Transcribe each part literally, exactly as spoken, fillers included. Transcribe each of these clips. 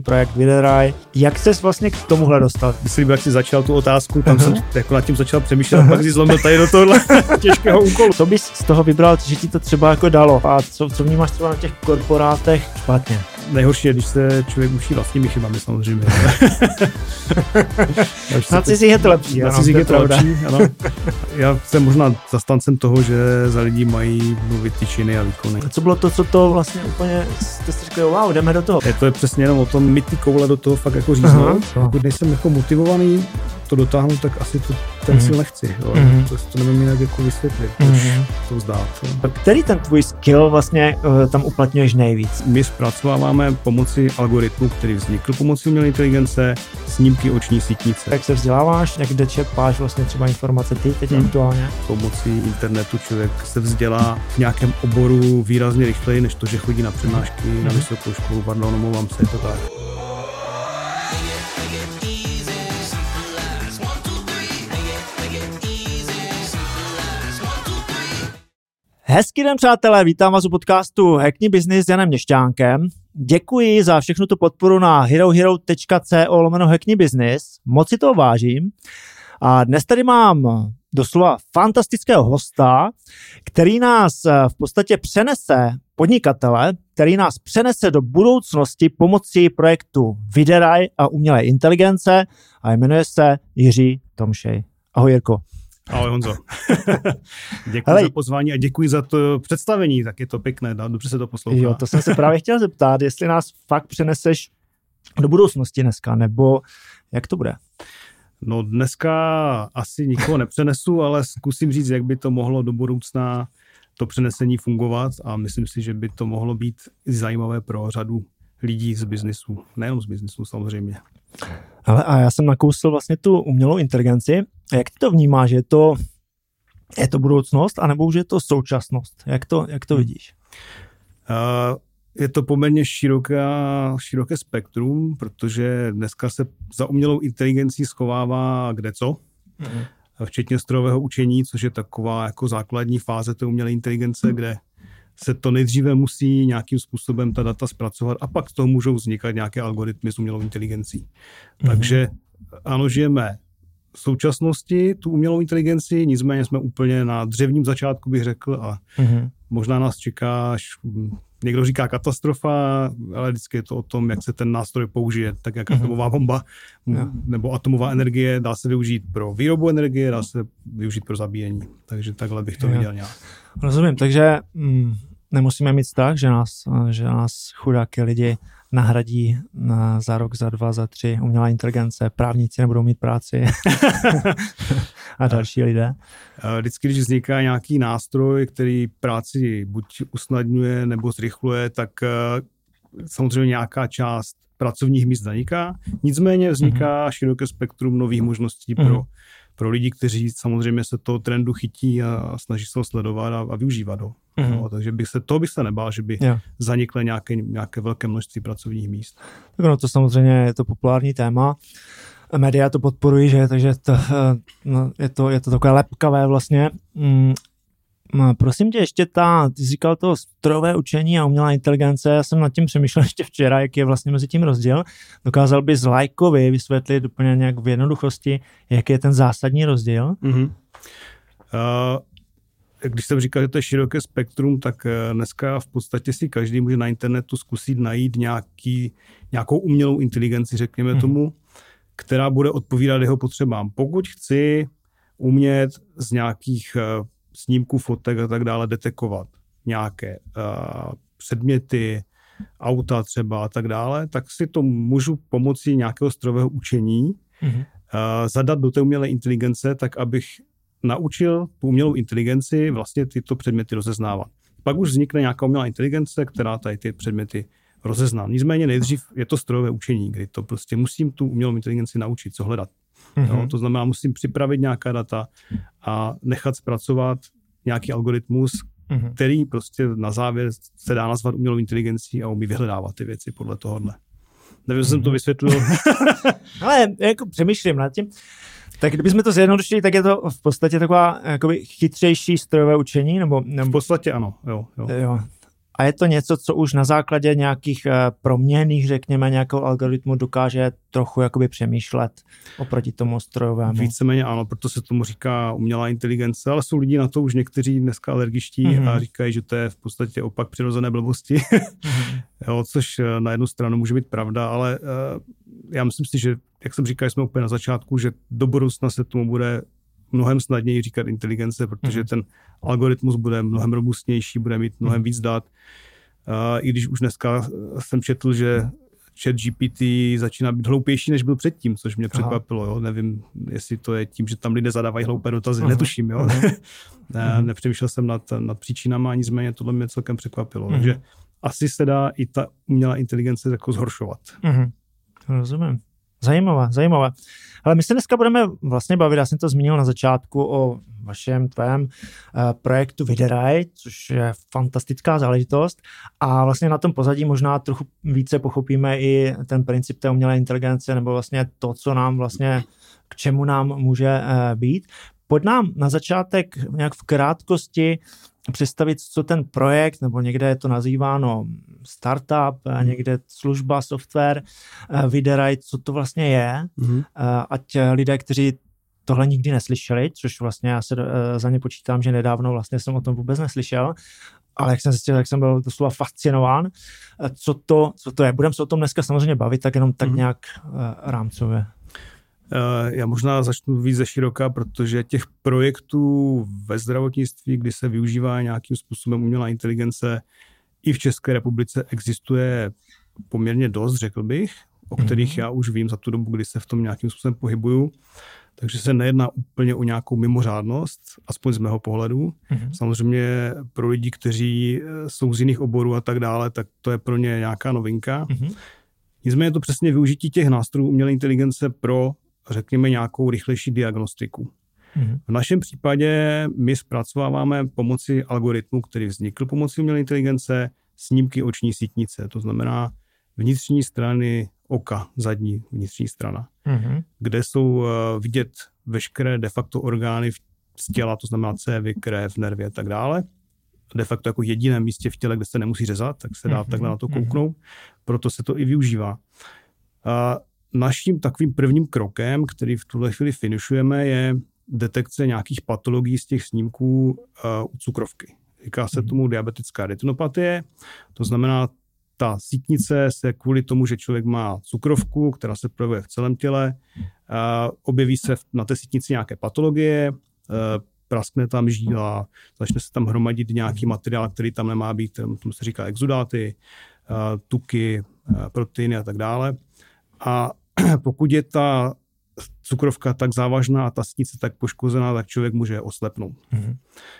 projekt Videraj. Jak ses vlastně k tomuhle dostal? Myslím, jak jsi začal tu otázku, tam jsem jako nad tím začal přemýšlet a pak jsi zlomil tady do tohohle těžkého úkolu. Co bys z toho vybral, že ti to třeba jako dalo? A co, co vnímáš třeba na těch korporátech špatně? Nejhorší je, když se člověk učí vlastními chybami, samozřejmě. Na cizích je to lepší. Na cizích je to lepší, ano. Já jsem možná zastáncem toho, že za lidi mají mluvit ty činy a výkony. A co bylo to, co to vlastně úplně, jste si řekli, wow, jdeme do toho. Je to je přesně jenom o tom, mít ty koule do toho fakt jako říznout. Pokud nejsem jako motivovaný to dotáhnout, tak asi to ten sil nechci. Jo. Mm-hmm. To, to nevím jinak jako vysvětlit, proč Mm-hmm. to vzdát. Který ten tvůj skill vlastně uh, tam uplatňuješ nejvíc? My zpracováváme pomocí algoritmu, který vznikl pomocí umělé inteligence, snímky oční sítnice. Jak se vzděláváš, jak kde čerpáš vlastně třeba informace ty teď hmm. aktuálně? Pomocí internetu člověk se vzdělá v nějakém oboru výrazně rychleji, než to, že chodí na přednášky, hmm. na vysokou školu, pardon, omlouvám se, je to tak. Hezký den, přátelé, vítám vás u podcastu Hackni Business s Janem Měšťánkem. Děkuji za všechnu tu podporu na herohero.co lomeno Hackni Business. Moc si toho vážím. A dnes tady mám doslova fantastického hosta, který nás v podstatě přenese, podnikatele, který nás přenese do budoucnosti pomocí projektu Videraj a umělé inteligence a jmenuje se Jiří Tomšej. Ahoj, Jirko. Ahoj, Honzo. Děkuji Hele, za pozvání a děkuji za to představení, tak je to pěkné, dobře se to poslouchá. Jo, to jsem se právě chtěl zeptat, jestli nás fakt přeneseš do budoucnosti dneska, nebo jak to bude? No dneska asi nikoho nepřenesu, ale zkusím říct, jak by to mohlo do budoucna to přenesení fungovat a myslím si, že by to mohlo být zajímavé pro řadu lidí z biznisu, nejenom z biznisu samozřejmě. Ale a já jsem nakousl vlastně tu umělou inteligenci. Jak ty to vnímáš? Je to, je to budoucnost, anebo už je to současnost? Jak to, jak to vidíš? Uh, je to poměrně široká, široké spektrum, protože dneska se za umělou inteligencí schovává kdeco, mm. včetně strojového učení, což je taková jako základní fáze té umělé inteligence, kde se to nejdříve musí nějakým způsobem ta data zpracovat a pak z toho můžou vznikat nějaké algoritmy s umělou inteligencí. Mm-hmm. Takže ano, žijeme v současnosti tu umělou inteligenci, nicméně jsme úplně na dřevním začátku, bych řekl, a mm-hmm. možná nás čeká, až někdo říká katastrofa, ale vždycky je to o tom, jak se ten nástroj použije, tak jak mm-hmm. atomová bomba yeah. nebo atomová energie dá se využít pro výrobu energie, dá se využít pro zabíjení. Takže takhle bych to yeah. viděl nějak. Rozumím, takže mm, nemusíme mít strach, že nás, že nás chudáky lidi nahradí na, za rok, za dva, za tři umělá inteligence, právníci nebudou mít práci a další lidé. Vždycky, když vzniká nějaký nástroj, který práci buď usnadňuje nebo zrychluje, tak samozřejmě nějaká část pracovních míst zaniká. Nicméně vzniká mm-hmm. široké spektrum nových možností mm-hmm. pro pro lidi, kteří samozřejmě se toho trendu chytí a snaží se ho sledovat a, a využívat ho. Mm-hmm. No, takže bych se, toho bych se nebál, že by yeah. zanikly nějaké, nějaké velké množství pracovních míst. Tak no, to samozřejmě je to populární téma. Média to podporují, že? Takže to, no, je, to, je to takové lepkavé vlastně. Mm. Prosím tě, ještě ta, ty jsi říkal to strojové učení a umělá inteligence, já jsem nad tím přemýšlel ještě včera, jaký je vlastně mezi tím rozdíl. Dokázal bys lajkovi vysvětlit úplně nějak v jednoduchosti, jaký je ten zásadní rozdíl? Mm-hmm. Uh, když jsem říkal, že to je široké spektrum, tak dneska v podstatě si každý může na internetu zkusit najít nějaký, nějakou umělou inteligenci, řekněme mm-hmm. tomu, která bude odpovídat jeho potřebám. Pokud chci umět z nějakých uh, snímků, fotek a tak dále detekovat nějaké uh, předměty, auta třeba a tak dále, tak si to můžu pomocí nějakého strojového učení mm-hmm. uh, zadat do té umělé inteligence, tak abych naučil tu umělou inteligenci vlastně tyto předměty rozeznávat. Pak už vznikne nějaká umělá inteligence, která tady ty předměty rozezná. Nicméně nejdřív je to strojové učení, kdy to prostě musím tu umělou inteligenci naučit, co hledat. Mm-hmm. Jo, to znamená, musím připravit nějaká data a nechat zpracovat nějaký algoritmus, mm-hmm. který prostě na závěr se dá nazvat umělou inteligencí a umí vyhledávat ty věci podle tohohle. Nevím, že mm-hmm. jsem to vysvětlil. Ale jako přemýšlím nad tím. Tak kdybychom to zjednodušili, tak je to v podstatě taková jakoby chytřejší strojové učení? Nebo, nebo... V podstatě ano, jo. jo. jo. A je to něco, co už na základě nějakých proměnných, řekněme, nějakého algoritmu dokáže trochu jakoby přemýšlet oproti tomu strojovému. Víceméně ano, proto se tomu říká umělá inteligence, ale jsou lidi na to už někteří dneska alergičtí mm-hmm. a říkají, že to je v podstatě opak přirozené blbosti. Mm-hmm. Jo, což na jednu stranu může být pravda, ale uh, já myslím si, že, jak jsem říkal, jsme úplně na začátku, že do budoucna se tomu bude mnohem snadněji říkat inteligence, protože mm-hmm. ten algoritmus bude mnohem robustnější, bude mít mnohem mm-hmm. víc dat. Uh, I když už dneska jsem četl, že ChatGPT začíná být hloupější, než byl předtím, což mě překvapilo. Jo? Nevím, jestli to je tím, že tam lidé zadávají hloupé dotazy, uh-huh. netuším. Jo? Uh-huh. ne, nepřemýšlel jsem nad, nad příčinama, a nicméně tohle mě celkem překvapilo. Uh-huh. Takže asi se dá i ta umělá inteligence jako zhoršovat. Uh-huh. Rozumím. Zajímavé, zajímavé. Ale my se dneska budeme vlastně bavit, já jsem to zmínil na začátku, o vašem tvém uh, projektu Videraj, což je fantastická záležitost a vlastně na tom pozadí možná trochu více pochopíme i ten princip té umělé inteligence nebo vlastně to, co nám vlastně, k čemu nám může uh, být. Pojď nám na začátek nějak v krátkosti představit, co ten projekt, nebo někde je to nazýváno startup, mm. někde služba, software, Videraj, co to vlastně je, mm. ať lidé, kteří tohle nikdy neslyšeli, což vlastně já se za ně počítám, že nedávno vlastně jsem o tom vůbec neslyšel, ale jak jsem zjistil, jak jsem byl doslova fascinován, co to, co to je. Budeme se o tom dneska samozřejmě bavit, tak jenom tak mm. nějak rámcově. Já možná začnu víc ze široka, protože těch projektů ve zdravotnictví, kdy se využívá nějakým způsobem umělá inteligence, i v České republice existuje poměrně dost, řekl bych, o kterých mm-hmm. já už vím za tu dobu, kdy se v tom nějakým způsobem pohybuju. Takže se nejedná úplně o nějakou mimořádnost, aspoň z mého pohledu. Mm-hmm. Samozřejmě pro lidi, kteří jsou z jiných oborů a tak dále, tak to je pro ně nějaká novinka. Mm-hmm. Nicméně je to přesně využití těch nástrojů umělé inteligence pro, řekněme, nějakou rychlejší diagnostiku. Mm-hmm. V našem případě my zpracováváme pomocí algoritmu, který vznikl pomocí umělé inteligence, snímky oční sítnice, to znamená vnitřní strany oka, zadní vnitřní strana, mm-hmm. kde jsou vidět veškeré de facto orgány z těla, to znamená cévy, krev, nervy a tak dále. De facto jako jediné místě v těle, kde se nemusí řezat, tak se dá mm-hmm. takhle na to kouknout. Proto se to i využívá. A naším takovým prvním krokem, který v tuhle chvíli finišujeme, je detekce nějakých patologií z těch snímků uh, u cukrovky. Říká se mm-hmm. tomu diabetická retinopatie, to znamená, ta sítnice se kvůli tomu, že člověk má cukrovku, která se projevuje v celém těle, uh, objeví se na té sítnici nějaké patologie, uh, praskne tam žíla, začne se tam hromadit nějaký materiál, který tam nemá být, tomu se říká exudáty, uh, tuky, uh, proteiny a tak dále. A pokud je ta cukrovka tak závažná a ta sítnice tak poškozená, tak člověk může oslepnout. Mm-hmm.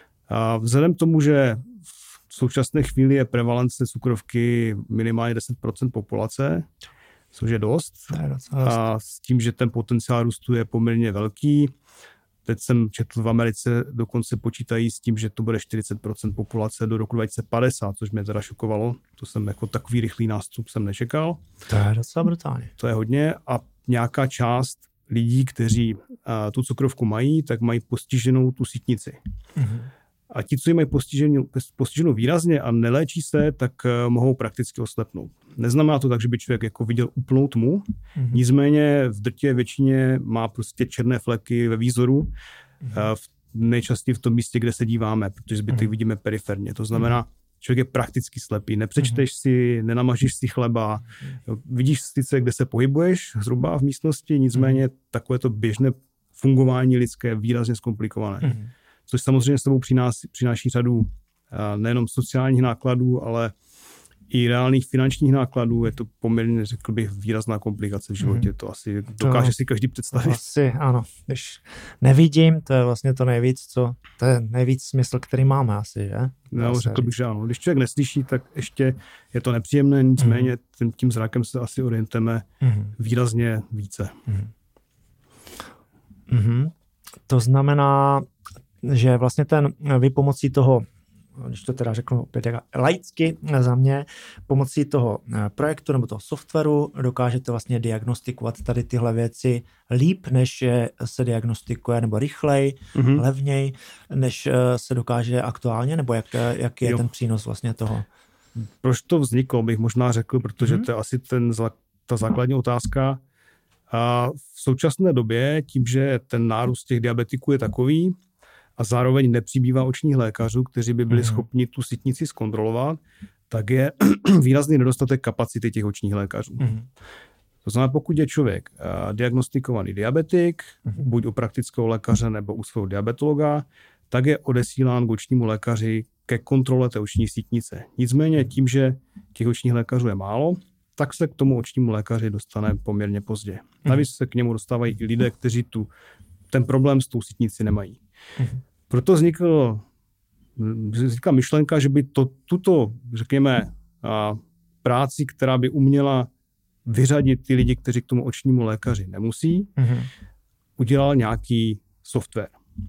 A vzhledem k tomu, že v současné chvíli je prevalence cukrovky minimálně deset procent populace, což je dost. A s tím, že ten potenciál růstu je poměrně velký. Teď jsem četl v Americe, dokonce počítají s tím, že to bude čtyřicet procent populace do roku dva tisíce padesát, což mě teda šokovalo. To jsem jako takový rychlý nástup jsem nečekal. To je docela brutálně. To je hodně a nějaká část lidí, kteří a, tu cukrovku mají, tak mají postiženou tu sítnici. Mm-hmm. A ti, co ji mají postiženou, postiženou výrazně a neléčí se, tak uh, mohou prakticky oslepnout. Neznamená to tak, že by člověk jako viděl úplnou tmu, mm-hmm. nicméně v drtivé většině má prostě černé fleky ve výzoru, mm-hmm. uh, v, nejčastěji v tom místě, kde se díváme, protože zbytek mm-hmm. vidíme periferně. To znamená, mm-hmm. člověk je prakticky slepý, nepřečteš mm-hmm. si, nenamažíš si chleba, mm-hmm. vidíš sice, kde se pohybuješ zhruba v místnosti, nicméně mm-hmm. takové to běžné fungování lidské je výrazně zkomplikované. Mm-hmm. Což samozřejmě s sebou přináší, přináší řadu uh, nejenom sociálních nákladů, ale i reálných finančních nákladů. Je to poměrně, řekl bych, výrazná komplikace v životě. Mm. To asi dokáže to, si každý představit. Asi, ano. Když nevidím, to je vlastně to nejvíc, co, to je nejvíc smysl, který máme asi, že? No, řekl bych, že ano. Když člověk neslyší, tak ještě je to nepříjemné, nicméně mm. tím, tím zrakem se asi orientujeme mm. výrazně více. Mm. Mm-hmm. To znamená, že vlastně ten, vy pomocí toho, když to teda řeknu opět laicky za mě, pomocí toho projektu nebo toho softwaru dokážete vlastně diagnostikovat tady tyhle věci líp, než se diagnostikuje, nebo rychleji, mm-hmm. levněji, než se dokáže aktuálně, nebo jak, jak je jo. ten přínos vlastně toho? proč to vzniklo, bych možná řekl, protože to je asi ten, ta základní otázka. A v současné době, tím, že ten nárůst těch diabetiků je takový a zároveň nepřibývá očních lékařů, kteří by byli schopni tu sítnici zkontrolovat, tak je výrazný nedostatek kapacity těch očních lékařů. To znamená, pokud je člověk diagnostikovaný diabetik, buď u praktického lékaře nebo u svého diabetologa, tak je odesílán k očnímu lékaři ke kontrole té oční sítnice. Nicméně tím, že těch očních lékařů je málo, tak se k tomu očnímu lékaři dostane poměrně pozdě. Navíc se k němu dostávají i lidé, kteří tu, ten problém s tou sítnicí nemají. Proto vznikl, vznikla myšlenka, že by to, tuto, řekněme, práci, která by uměla vyřadit ty lidi, kteří k tomu očnímu lékaři nemusí, udělal nějaký software.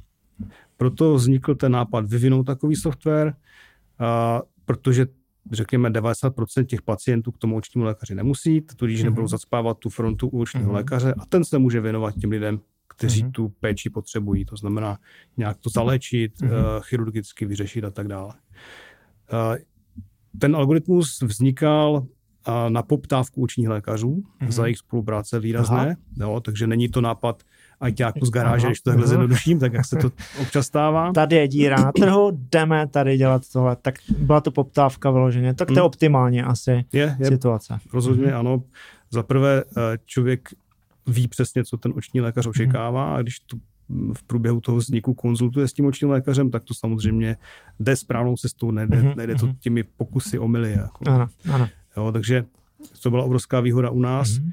Proto vznikl ten nápad vyvinout takový software, a, protože řekněme devadesát procent těch pacientů k tomu očnímu lékaři nemusí, tudíž mm-hmm. nebudou zacpávat tu frontu u očního mm-hmm. lékaře a ten se může věnovat těm lidem, kteří mm-hmm. tu péči potřebují. To znamená nějak to zaléčit, mm-hmm. uh, chirurgicky vyřešit a tak dále. Uh, ten algoritmus vznikal uh, na poptávku očních lékařů mm-hmm. za jejich spolupráce výrazné, jo, takže není to nápad ajťáku z garáže, když to takhle zjednoduším, tak jak se to občas stává. Tady je díra na trhu, jdeme tady dělat tohle. Tak byla to poptávka vyloženě. Tak to je optimálně asi je, je, situace. Rozhodně mm-hmm. ano. Za prvé člověk ví přesně, co ten oční lékař očekává mm-hmm. a když to v průběhu toho vzniku konzultuje s tím očním lékařem, tak to samozřejmě jde správnou cestou, nejde, mm-hmm. nejde to těmi pokusy omyly. Jako. Ano, ano. Jo, takže to byla obrovská výhoda u nás. Mm-hmm.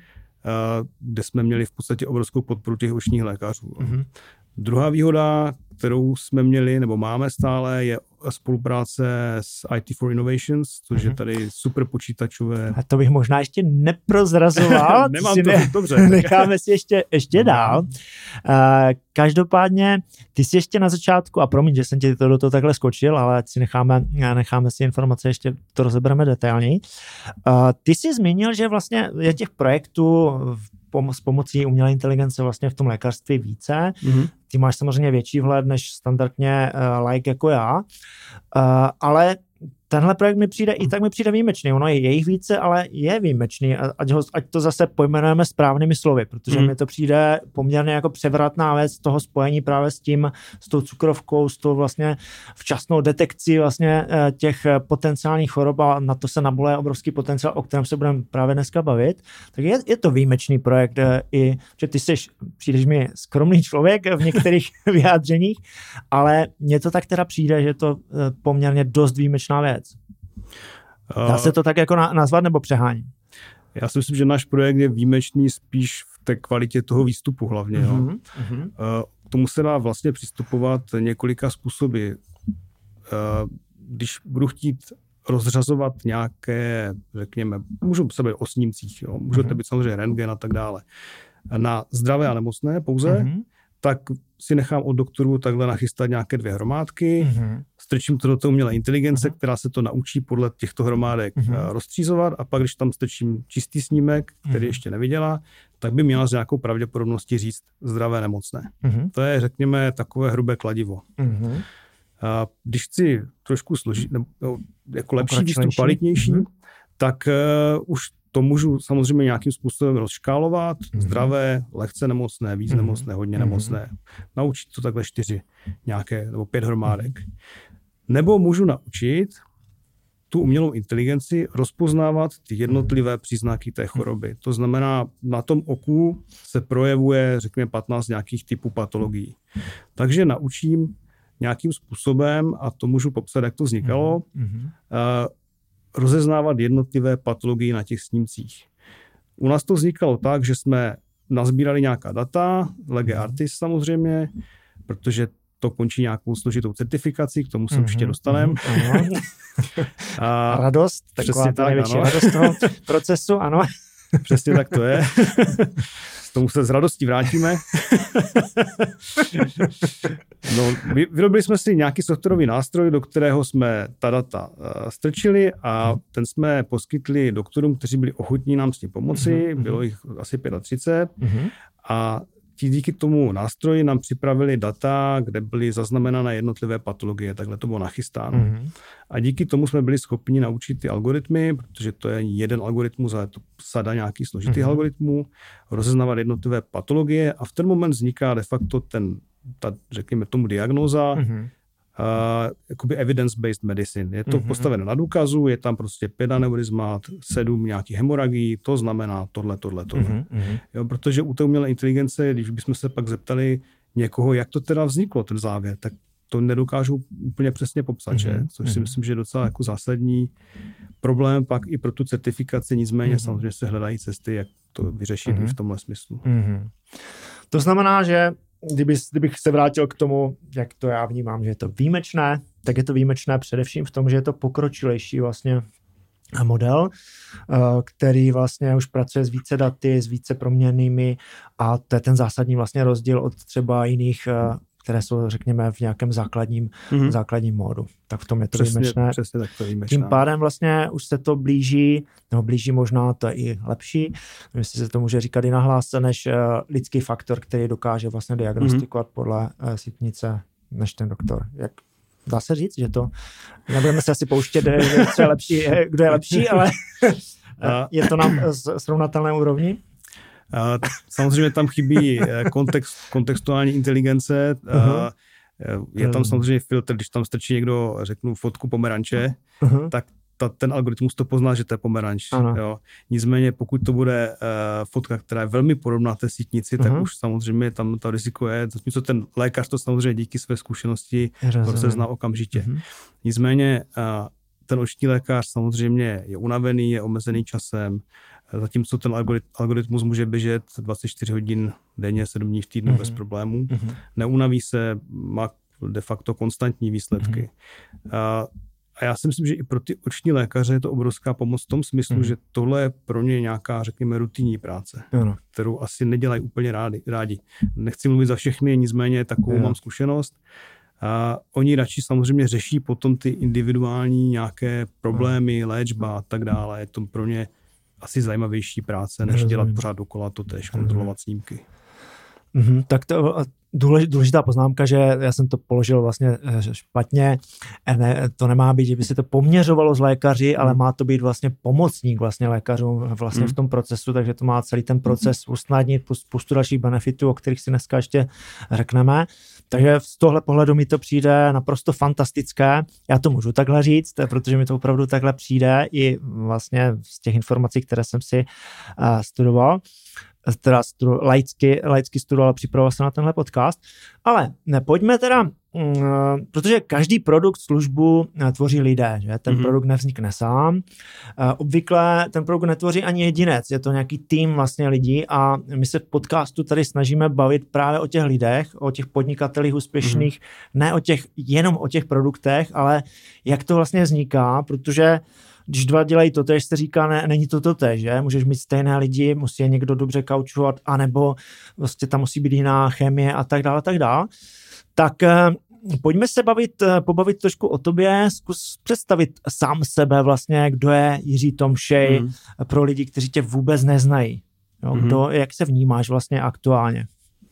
kde jsme měli v podstatě obrovskou podporu těch očních lékařů. Mm-hmm. Druhá výhoda, kterou jsme měli, nebo máme stále, je spolupráce s I T for Innovations, což mm-hmm. je tady super počítačové. A to bych možná ještě neprozrazoval. Nemám to ne... dobře. Necháme si ještě, ještě dál. Uh, každopádně, ty jsi ještě na začátku, a promiň, že jsem ti to do toho takhle skočil, ale si necháme, necháme si informace, ještě to rozebereme detailněji. Uh, ty jsi zmínil, že vlastně je těch projektů s pomocí umělé inteligence vlastně v tom lékařství více. Mm-hmm. Ty máš samozřejmě větší vhled než standardně uh, like jako já, uh, ale tenhle projekt mi přijde, i tak mi přijde výjimečný. Ono je jejich více, ale je výjimečný. Ať, ho, ať to zase pojmenujeme správnými slovy, protože mm. mi to přijde poměrně jako převratná věc toho spojení právě s tím, s tou cukrovkou, s tou vlastně včasnou detekcí vlastně těch potenciálních chorob a na to se nabuluje obrovský potenciál, o kterém se budeme právě dneska bavit. Tak je, je to výjimečný projekt i, že ty jsi, přijdeš mi skromný člověk v některých vyjádřeních, ale mně to tak teda přijde, že je to poměrně dost výjimečná věc. Dá se to tak jako nazvat nebo přeháním? Já si myslím, že náš projekt je výjimečný spíš v té kvalitě toho výstupu hlavně. Mm-hmm. Jo. K tomu se dá vlastně přistupovat několika způsoby. Když budu chtít rozřazovat nějaké, řekněme, můžu se být o snímcích, jo, můžete mm-hmm. být samozřejmě rentgen a tak dále, na zdravé a nemocné pouze, mm-hmm. tak si nechám od doktorů takhle nachystat nějaké dvě hromádky, mm-hmm. strčím to do té umělé inteligence, mm-hmm. která se to naučí podle těchto hromádek mm-hmm. rozstřízovat a pak, když tam strčím čistý snímek, který mm-hmm. ještě neviděla, tak by měla s nějakou pravděpodobností říct zdravé nemocné. Mm-hmm. To je, řekněme, takové hrubé kladivo. Mm-hmm. A když chci trošku složit, nebo jako lepší výstup, kvalitnější, mm-hmm. tak uh, už to můžu samozřejmě nějakým způsobem rozškálovat. Mm-hmm. Zdravé, lehce nemocné, víc mm-hmm. nemocné, hodně mm-hmm. nemocné. Naučit to takhle čtyři nějaké nebo pět hromádek. Mm-hmm. Nebo můžu naučit tu umělou inteligenci rozpoznávat ty jednotlivé příznaky té choroby. To znamená, na tom oku se projevuje, řekněme, patnáct nějakých typů patologií. Takže naučím nějakým způsobem, a to můžu popsat, jak to vznikalo, mm-hmm. uh, rozeznávat jednotlivé patologie na těch snímcích. U nás to vznikalo tak, že jsme nazbírali nějaká data, lege artis samozřejmě, protože to končí nějakou složitou certifikací, k tomu se mm-hmm. určitě dostaneme. Mm-hmm. A radost, taková ta největší radost toho procesu, ano. Přesně tak to je. K tomu se s radostí vrátíme. No, vyrobili jsme si nějaký softwarový nástroj, do kterého jsme ta data uh, strčili a ten jsme poskytli doktorům, kteří byli ochotní nám s tím pomoci. Mm-hmm. Bylo jich asi třicet pět. Mm-hmm. A díky tomu nástroji nám připravili data, kde byly zaznamenané jednotlivé patologie, takhle to bylo nachystáno. Mm-hmm. A díky tomu jsme byli schopni naučit ty algoritmy, protože to je jeden algoritmus, ale to sada nějaký složitý mm-hmm. algoritmů, rozeznávat jednotlivé patologie a v ten moment vzniká de facto ten, ta, řekněme tomu diagnóza, mm-hmm. Uh, jakoby evidence-based medicine. Je to mm-hmm. postaveno na důkazu, je tam prostě pět aneurizmat, sedm nějakých hemoragií, to znamená tohle, tohle, tohle. Mm-hmm. Jo, protože u té umělé inteligence, když bychom se pak zeptali někoho, jak to teda vzniklo, ten závěr, tak to nedokážu úplně přesně popsat, mm-hmm. že? Což si myslím, že je docela jako zásadní problém pak i pro tu certifikaci, nicméně mm-hmm. samozřejmě se hledají cesty, jak to vyřešit mm-hmm. i v tomhle smyslu. Mm-hmm. To znamená, že Kdyby, kdybych se vrátil k tomu, jak to já vnímám, že je to výjimečné, tak je to výjimečné především v tom, že je to pokročilejší vlastně model, který vlastně už pracuje s více daty, s více proměnnými a to je ten zásadní vlastně rozdíl od třeba jiných, které jsou, řekněme, v nějakém základním, mm-hmm. základním módu. Tak v tom je to přesně, výjimečné. Přesně tak to výjimečné. Tím pádem vlastně už se to blíží, nebo blíží možná, to je i lepší, jestli se to může říkat i nahlas, než uh, lidský faktor, který dokáže vlastně diagnostikovat mm-hmm. podle uh, sítnice, než ten doktor. Jak dá se říct, že to, nebudeme se asi pouštět, kdo je lepší, kdo je lepší, ale je to na srovnatelné úrovni? Uh, samozřejmě tam chybí kontext, kontextuální inteligence, uh-huh. uh, je tam samozřejmě filtr, když tam strčí někdo, řeknu, fotku pomeranče, uh-huh. tak ta, ten algoritmus to pozná, že to je pomeranč. Jo. Nicméně pokud to bude uh, fotka, která je velmi podobná té sítnici, uh-huh. tak už samozřejmě tam to riziko je, zatímco ten lékař to samozřejmě díky své zkušenosti rozezná okamžitě. Uh-huh. Nicméně uh, ten oční lékař samozřejmě je unavený, je omezený časem, zatímco ten algoritmus může běžet dvacet čtyři hodin denně, sedm dní v týdnu mm-hmm. bez problémů. Mm-hmm. Neunaví se, má de facto konstantní výsledky. Mm-hmm. A, a já si myslím, že i pro ty oční lékaře je to obrovská pomoc v tom smyslu, mm-hmm. že tohle je pro ně nějaká, řekněme, rutinní práce, ano. kterou asi nedělají úplně rádi, rádi. Nechci mluvit za všechny, nicméně takovou ano. mám zkušenost. A oni radši samozřejmě řeší potom ty individuální nějaké problémy, ano. léčba a tak dále. Je to pro ně asi zajímavější práce, než dělat pořád dokola to též, kontrolovat snímky. Mm-hmm, tak to důležitá poznámka, že já jsem to položil vlastně špatně. Ne, to nemá být, že by se to poměřovalo s lékaři, ale má to být vlastně pomocník vlastně lékařům vlastně mm. v tom procesu, takže to má celý ten proces usnadnit, plus spoustu dalších benefitů, o kterých si dneska ještě řekneme. Takže z tohle pohledu mi to přijde naprosto fantastické. Já to můžu takhle říct, protože mi to opravdu takhle přijde i vlastně z těch informací, které jsem si uh, studoval. teda stru, laicky, laicky studoval a připravoval se na tenhle podcast. Ale ne, pojďme teda, mm, protože každý produkt, službu tvoří lidé, že? Ten mm-hmm. produkt nevznikne sám. Obvykle ten produkt netvoří ani jedinec, je to nějaký tým vlastně lidí a my se v podcastu tady snažíme bavit právě o těch lidech, o těch podnikatelích úspěšných, mm-hmm. ne o těch, jenom o těch produktech, ale jak to vlastně vzniká, protože když dva dělají totéž, se říká, ne, není to totéž, že? Můžeš mít stejné lidi, musí je někdo dobře kaučovat, anebo vlastně tam musí být jiná chemie a tak dále, tak dále. Tak eh, pojďme se bavit, pobavit trošku o tobě, zkus představit sám sebe vlastně, kdo je Jiří Tomšej mm. pro lidi, kteří tě vůbec neznají. Jo? Mm. Kdo, jak se vnímáš vlastně aktuálně?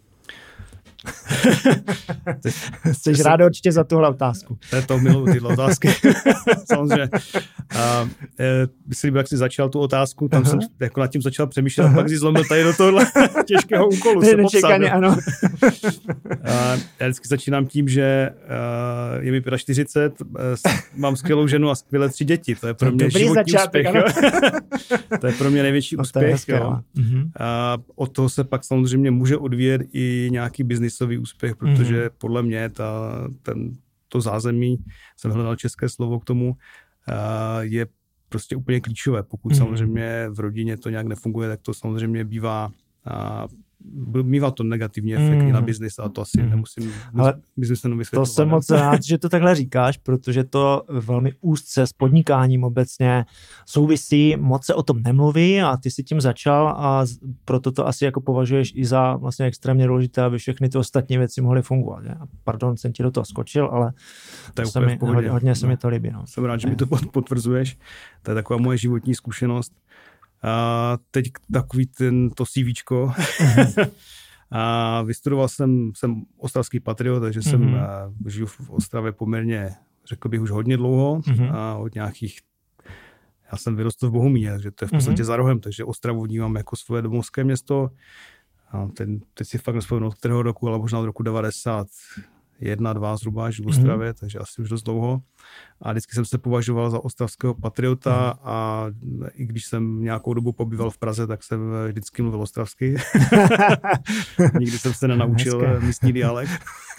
Jsi rád určitě za tuhle otázku. To je to, miluji tyhle otázky. Samozřejmě. A, e, myslím, jak jsi začal tu otázku, tam Aha. jsem jako nad tím začal přemýšlet Aha. a pak jsi zlomil tady do tohle těžkého úkolu se popsat. Ano. A, já vždycky začínám tím, že uh, je mi čtyřicet pět, uh, mám skvělou ženu a skvělé tři děti. To je pro mě Dobrý životní začátek, úspěch. To je pro mě největší to úspěch. Jo. A od toho se pak samozřejmě může odvíjet i nějaký biznisový úspěch, protože mm-hmm. podle mě ta, ten, to zázemí, jsem hledal české slovo k tomu, je prostě úplně klíčové. Pokud mm-hmm. samozřejmě v rodině to nějak nefunguje, tak to samozřejmě bývá mývá to negativní efekt mm. na biznis a to asi mm. nemusím biznisem vysvětlovat. To jsem moc rád, že to takhle říkáš, protože to velmi úzce s podnikáním obecně souvisí, moc se o tom nemluví a ty si tím začal a proto to asi jako považuješ i za vlastně extrémně důležité, aby všechny ty ostatní věci mohly fungovat. Je? A pardon, jsem ti do toho skočil, ale to se mi, hodně, hodně se no. mi to líbí. No. Jsem rád, že mi to potvrzuješ. To je taková moje životní zkušenost. A teď takový ten, to CVčko. A vystudoval jsem, jsem ostravský patriot, takže mm-hmm. jsem a, žiju v Ostravě poměrně, řekl bych, už hodně dlouho. Mm-hmm. A od nějakých, já jsem vyrostl v Bohumíně, takže to je v podstatě mm-hmm. za rohem, takže Ostravu vnímám jako svoje domovské město. A ten, teď si fakt nespomenu od kterého roku, ale možná od roku devadesát jedna, dva zhruba žiju v Ostravě, mm-hmm. takže asi už dost dlouho. A vždycky jsem se považoval za ostravského patriota mm-hmm. a i když jsem nějakou dobu pobýval v Praze, tak jsem vždycky mluvil ostravsky. Nikdy jsem se nenaučil Hezké. místní dialekt.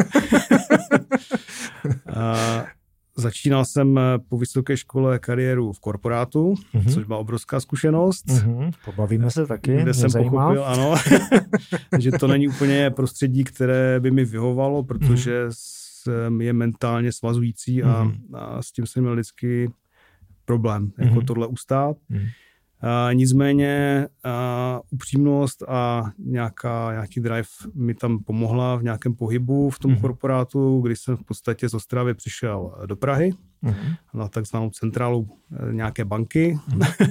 a začínal jsem po vysoké škole kariéru v korporátu, mm-hmm. což byla obrovská zkušenost. Mm-hmm. Pobavíme se taky. Kde jsem zajímav. pochopil, ano, že to není úplně prostředí, které by mi vyhovalo, protože mm-hmm. je mentálně svazující a, mm-hmm. a s tím jsem měl vždycky problém, jako mm-hmm. tohle ustát. Mm-hmm. A nicméně a upřímnost a nějaká, nějaký drive mi tam pomohla v nějakém pohybu v tom mm-hmm. korporátu, když jsem v podstatě z Ostravy přišel do Prahy mm-hmm. na takzvanou centrálu nějaké banky. Mm-hmm.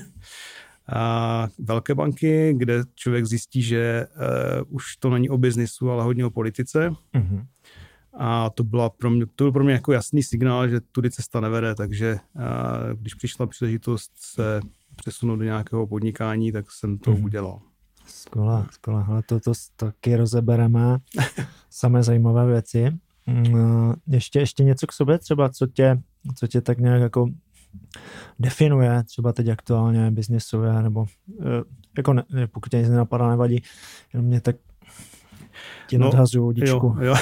a velké banky, kde člověk zjistí, že uh, už to není o biznisu, ale hodně o politice. Mm-hmm. A to, byla pro mě, to byl pro mě jako jasný signál, že tudy cesta nevede, takže uh, když přišla příležitost se přesunout do nějakého podnikání, tak jsem to mm. udělal. Skvělé, skvělé. Ale to, to taky rozebereme. Samé zajímavé věci. Ještě, ještě něco k sobě třeba, co tě, co tě tak nějak jako definuje, třeba teď aktuálně biznisově, nebo jako ne, pokud tě nic nenapadá, nevadí, jenom mě tak ti no, nadhazuju vodičku. Jo, jo.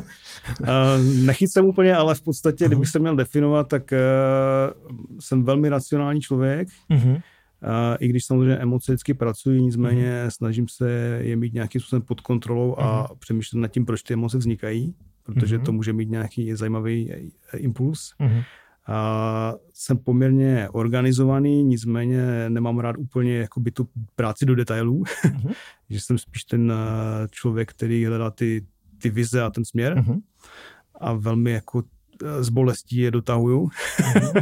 Nechyt jsem úplně, ale v podstatě, uh-huh. kdybych se měl definovat, tak uh, jsem velmi racionální člověk. Uh-huh. Uh, I když samozřejmě emoce vždycky pracuji, nicméně uh-huh. snažím se je mít nějakým způsobem pod kontrolou uh-huh. a přemýšlet nad tím, proč ty emoce vznikají, protože uh-huh. to může mít nějaký zajímavý impuls. Uh-huh. A jsem poměrně organizovaný, nicméně nemám rád úplně jakoby tu práci do detailů, uh-huh. že jsem spíš ten člověk, který hledá ty, ty vize a ten směr uh-huh. a velmi jako z bolestí je dotahuju. Uh-huh.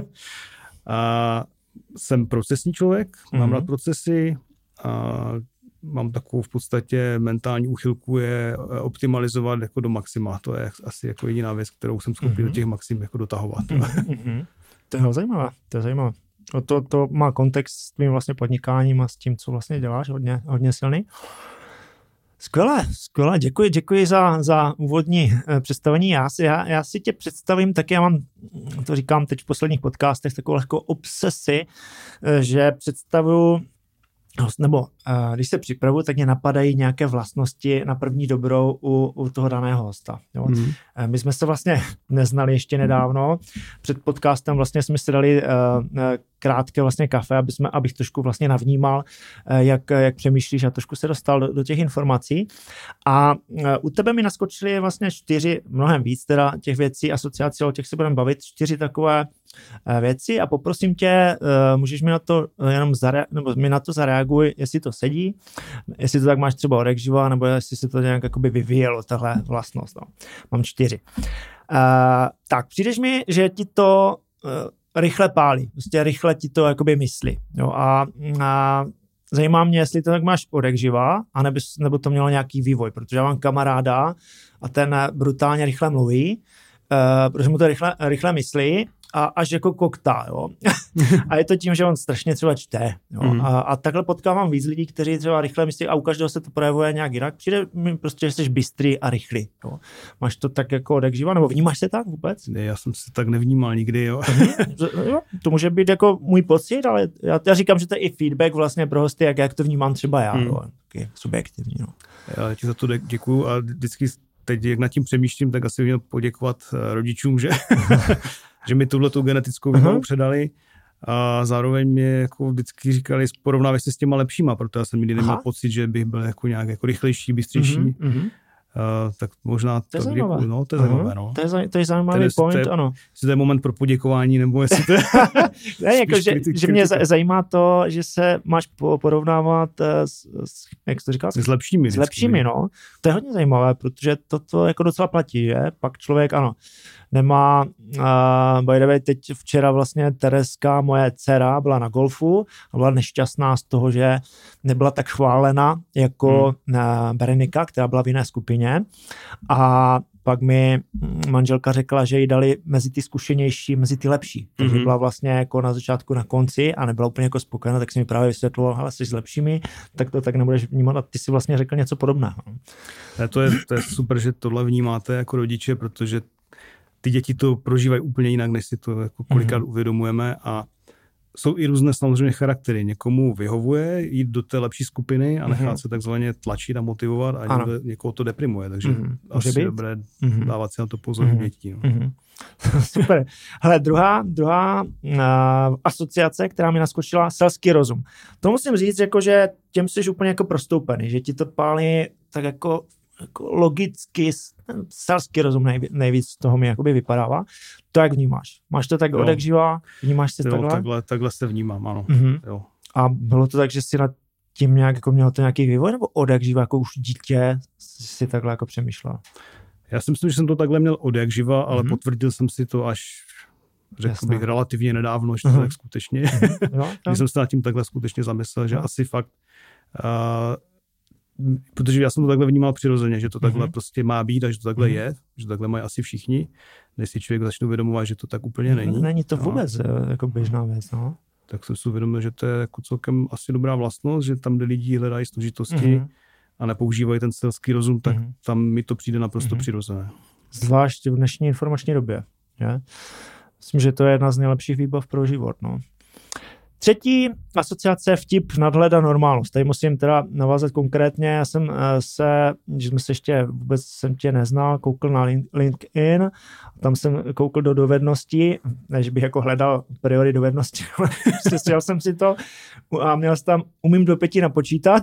a jsem procesní člověk, uh-huh. mám rád procesy a mám takovou v podstatě mentální úchylku je optimalizovat jako do maxima. To je asi jako jediná věc, kterou jsem schopný mm-hmm. do těch maxim jako dotahovat. Mm-hmm. To je zajímavé, to je zajímavé. To, to má kontext s tvým vlastně podnikáním a s tím, co vlastně děláš, hodně, hodně silný. Skvělé, skvělé, děkuji, děkuji za, za úvodní představení. Já si, já, já si tě představím, tak já mám, to říkám teď v posledních podcastech, takovou lehkou obsesi, že představuju nebo uh, když se připravuju, tak mě napadají nějaké vlastnosti na první dobrou u, u toho daného hosta. Jo. Mm. Uh, my jsme se vlastně neznali ještě nedávno. Před podcastem vlastně jsme si dali uh, krátké vlastně kafe, aby jsme, abych trošku vlastně navnímal, uh, jak, jak přemýšlíš a trošku se dostal do, do těch informací. A uh, u tebe mi naskočily vlastně čtyři, mnohem víc teda těch věcí, asociací, o těch se budeme bavit, čtyři takové uh, věci a poprosím tě, uh, můžeš mi na to uh, jenom zare- nebo mi na to zareaguj, jestli to sedí, jestli to tak máš třeba odek živa, nebo jestli se to nějak jakoby vyvíjelo, tahle vlastnost. No. Mám čtyři. Uh, tak, přijdeš mi, že ti to uh, rychle pálí, prostě rychle ti to jakoby myslí. Jo, a, a zajímá mě, jestli to tak máš odek živa, anebo, nebo to mělo nějaký vývoj, protože já mám kamaráda a ten brutálně rychle mluví, uh, protože mu to rychle, rychle myslí, a až jako koktá, jo. A je to tím, že on strašně třeba čte, jo. Mm. A, a takhle potkávám víc lidí, kteří třeba rychle myslí a u každého se to projevuje nějak jinak. Přijde mi prostě, že jsi bystrý a rychlý, jo. Máš to tak jako odek živa, nebo vnímáš se tak vůbec? Ne, já jsem se tak nevnímal nikdy, jo. jo. To může být jako můj pocit, ale já, já říkám, že to je i feedback vlastně pro hosty, jak, jak to vnímám třeba já, mm. jo. Taky subjektivní, no. Já ti za to děkuju a vždycky teď, jak nad tím přemýšlím, tak asi měl poděkovat rodičům, že že mi tuhletu genetickou výbavu uh-huh. předali a zároveň mě jako vždycky říkali, porovnávej se s těma lepšíma, protože já jsem nikdy neměl Aha. pocit, že bych byl jako nějak jako rychlejší, bystřejší. Uh-huh. Uh, tak možná to je to zajímavé. No, to je zajímavé, no. To je, zaj, to je zajímavý Tedy, point, to je, ano. Jestli to je moment pro poděkování, nebo jestli to je ne, jako, že, že mě zajímá to, že se máš porovnávat s, s jak jsi to říkal? S lepšími. S lepšími, no. To je hodně zajímavé, protože to, to jako docela platí, že? Pak člověk, ano, nemá, uh, by the way, teď včera vlastně Tereska, moje dcera, byla na golfu a byla nešťastná z toho, že nebyla tak chválena jako hmm. Berenika, která byla v jiné skupině. A pak mi manželka řekla, že jí dali mezi ty zkušenější, mezi ty lepší. Takže mm-hmm. byla vlastně jako na začátku, na konci a nebyla úplně jako spokojená, tak si mi právě vysvětloval, hele, jsi s lepšími, tak to tak nebudeš vnímat a ty si vlastně řekl něco podobného. Ne, to, je, to je super, že tohle vnímáte jako rodiče, protože ty děti to prožívají úplně jinak, než si to jako kolikrát mm-hmm. uvědomujeme a jsou i různé samozřejmě charaktery. Někomu vyhovuje jít do té lepší skupiny a nechat mm-hmm. se takzvaně tlačit a motivovat a někdo, někoho to deprimuje. Takže mm-hmm. asi je dobré mm-hmm. dávat si na to pozor mm-hmm. dětí. No. Mm-hmm. Super. Hele, druhá, druhá uh, asociace, která mi naskočila, selský rozum. To musím říct, jako, že těm jsi úplně jako prostoupený, že ti to pálí tak jako jako logicky, selský rozum nejvíc, nejvíc toho mi jakoby vypadává. To jak vnímáš? Máš to tak jo. odekživa? Vnímáš se jo, takhle? takhle? Takhle se vnímám, ano. Mm-hmm. Jo. A bylo to tak, že si nad tím nějak jako měl to nějaký vývoj, nebo odekživa jako už dítě si takhle jako přemýšlel? Já si myslím, že jsem to takhle měl odjakživa, ale mm-hmm. potvrdil jsem si to až řekl Jasné. bych relativně nedávno, že to mm-hmm. tak skutečně. jo, když jsem se nad tím takhle skutečně zamyslel, že jo. asi fakt uh, protože já jsem to takhle vnímal přirozeně, že to takhle mm-hmm. prostě má být a že to takhle mm-hmm. je, že takhle mají asi všichni, než si člověk začne uvědomovat, že to tak úplně není. Není to vůbec no. jako běžná věc, no. Tak jsem si uvědomil, že to je jako celkem asi dobrá vlastnost, že tam, kde lidi hledají složitosti mm-hmm. a nepoužívají ten selský rozum, tak mm-hmm. tam mi to přijde naprosto mm-hmm. přirozené. Zvlášť v dnešní informační době, že? Myslím, že to je jedna z nejlepších výbav pro život, no. Třetí asociace vtip, nadhled a normálnost. Tady musím teda navázat konkrétně. Já jsem se, když jsme se ještě vůbec jsem tě neznal, koukl na LinkedIn, tam jsem koukl do dovedností, než bych jako hledal priori dovednosti, ale přestěl jsem si to a měl jsem tam umím do pěti napočítat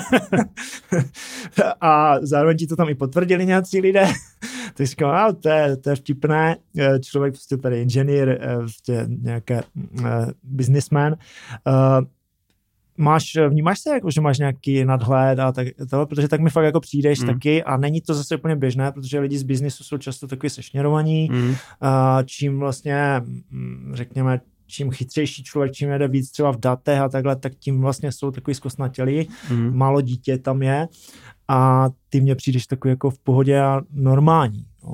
a zároveň ti to tam i potvrdili nějací lidé. Tak říkám, a to je, to je vtipné, člověk prostě tady inženýr, prostě nějaké uh, businessman. Uh, máš, vnímáš se jako, že máš nějaký nadhled a tak tohle, protože tak mi fakt jako přijdeš mm. taky a není to zase úplně běžné, protože lidi z biznisu jsou často takový sešněrovaní, mm. uh, čím vlastně, řekněme, čím chytřejší člověk, čím jede víc třeba v datech a takhle, tak tím vlastně jsou takový zkostnatělí, mm. málo dítě tam je a ty mně přijdeš takový jako v pohodě a normální. No.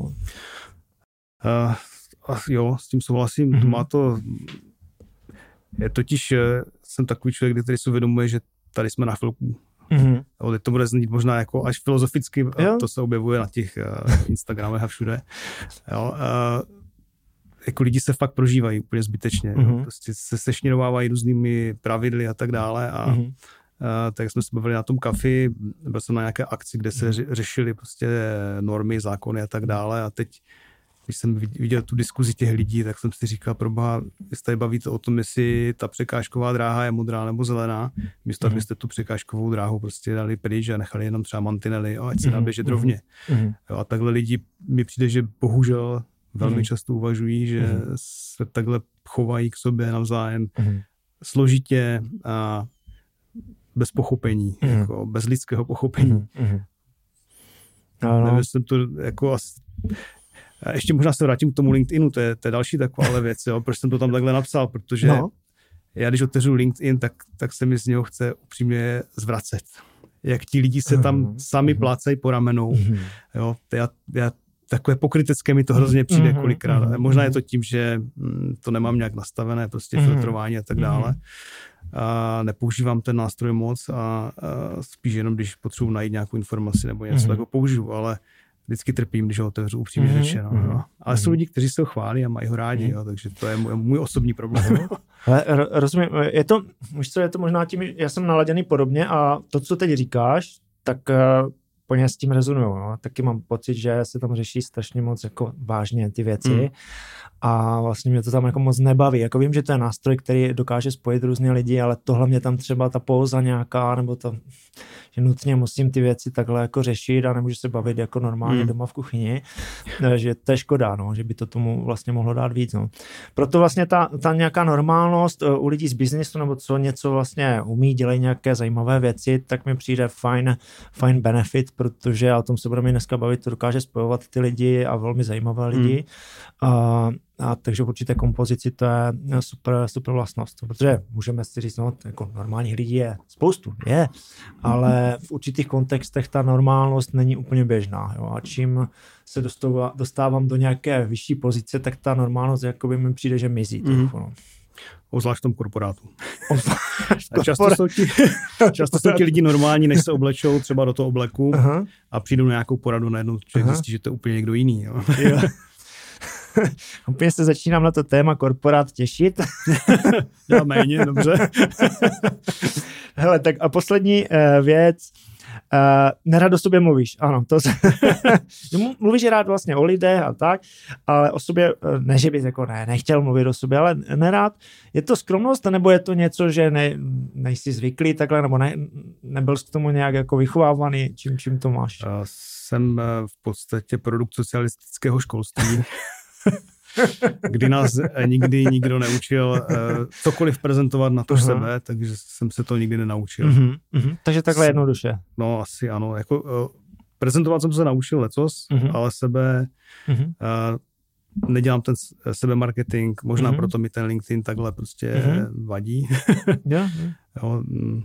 Uh, jo, s tím souhlasím. Mm-hmm. Má to, je totiž, jsem takový člověk, který si uvědomuje, že tady jsme na chvilku. Mm-hmm. Jo, to bude znít možná jako až filozoficky, a to se objevuje na těch uh, Instagramech a všude. Jo, uh, jako lidi se fakt prožívají úplně zbytečně. Mm-hmm. Prostě se sešněrovávají různými pravidly a tak dále a mm-hmm. Uh, tak jsme se bavili na tom kafi, byl jsem na nějaké akci, kde se ře- řešili prostě normy, zákony a tak dále a teď, když jsem viděl tu diskuzi těch lidí, tak jsem si říkal, proboha, vy se tady bavíte o tom, jestli ta překážková dráha je modrá nebo zelená, místo, mm-hmm. abyste tu překážkovou dráhu prostě dali pryč a nechali jenom třeba mantinely, ať se dá běžet rovně. Mm-hmm. Jo, a takhle lidi, mi přijde, že bohužel velmi mm-hmm. často uvažují, že mm-hmm. se takhle chovají k sobě navzájem mm-hmm. složitě a bez pochopení, mm. jako bez lidského pochopení. Mm. No, no. Nevím, jsem to jako asi... Ještě možná se vrátím k tomu LinkedInu, to je, to je další taková věc, jo, proč jsem to tam takhle napsal, protože no. já když otevřu LinkedIn, tak, tak se mi z něho chce upřímně zvracet. Jak ti lidi se tam mm. sami mm. plácají po ramenou, mm. jo, já, já takové pokrytecké mi to hrozně přijde mm. kolikrát. Mm. Možná je to tím, že mm, to nemám nějak nastavené, prostě mm. filtrování a tak dále. Mm. A nepoužívám ten nástroj moc a, a spíš jenom, když potřebuji najít nějakou informaci nebo něco, mm-hmm. tak ho použiju, ale vždycky trpím, když ho otevřu upřímně mm-hmm. řečeno. Mm-hmm. Ale mm-hmm. jsou lidi, kteří se ho chválí a mají ho rádi, mm-hmm. jo, takže to je můj, můj osobní problém. Ale rozumím, je to, víš co, je to možná tím, já jsem naladěný podobně a to, co teď říkáš, tak uh, plně s tím rezonuju. No. Taky mám pocit, že se tam řeší strašně moc jako vážně ty věci mm. a vlastně mě to tam jako moc nebaví. Jako vím, že to je nástroj, který dokáže spojit různé lidi, ale tohle mě tam třeba ta póza nějaká, nebo to, že nutně musím ty věci takhle jako řešit a nemůžu se bavit jako normálně hmm. doma v kuchyni, že to je škoda, no, že by to tomu vlastně mohlo dát víc. No. Proto vlastně ta, ta nějaká normálnost u lidí z biznesu nebo co něco vlastně umí, dělají nějaké zajímavé věci, tak mi přijde fajn, fajn benefit, protože o tom se budeme dneska bavit, to dokáže spojovat ty lidi a velmi zajímavé lidi. Hmm. A, a takže v určité kompozici to je super, super vlastnost, protože můžeme si říct, no, jako normálních lidí je spoustu, je, ale v určitých kontextech ta normálnost není úplně běžná. Jo? A čím se dostává, dostávám do nějaké vyšší pozice, tak ta normálnost jakoby mi přijde, že mizí. Mm. Trochu, no. Obzvlášť v tom korporátu. A často, jsou ti, často jsou ti lidi normální, než se oblečou třeba do toho obleku Aha. a přijdou na nějakou poradu, najednou člověk zjistí, že to je úplně někdo jiný. Jo? Jo. Úplně se začínám na to téma korporát těšit. Já méně, dobře. Hele, tak a poslední uh, věc. Uh, nerad o sobě mluvíš, ano. To se mluvíš rád vlastně o lidech a tak, ale o sobě, ne, že bys jako ne, nechtěl mluvit o sobě, ale nerad. Je to skromnost, nebo je to něco, že ne, nejsi zvyklý takhle, nebo ne, nebyl jsi k tomu nějak jako vychovávaný, čím, čím to máš? Uh, jsem v podstatě produkt socialistického školství. Kdy nás nikdy nikdo neučil uh, cokoliv prezentovat na to uh-huh. sebe, takže jsem se to nikdy nenaučil. Uh-huh. Uh-huh. Takže takhle jsem, jednoduše. No asi ano. Jako, uh, prezentovat jsem se naučil lecos, uh-huh. ale sebe uh-huh. uh, nedělám ten sebemarketing, možná uh-huh. proto mi ten LinkedIn takhle prostě uh-huh. vadí. yeah, yeah. Jo,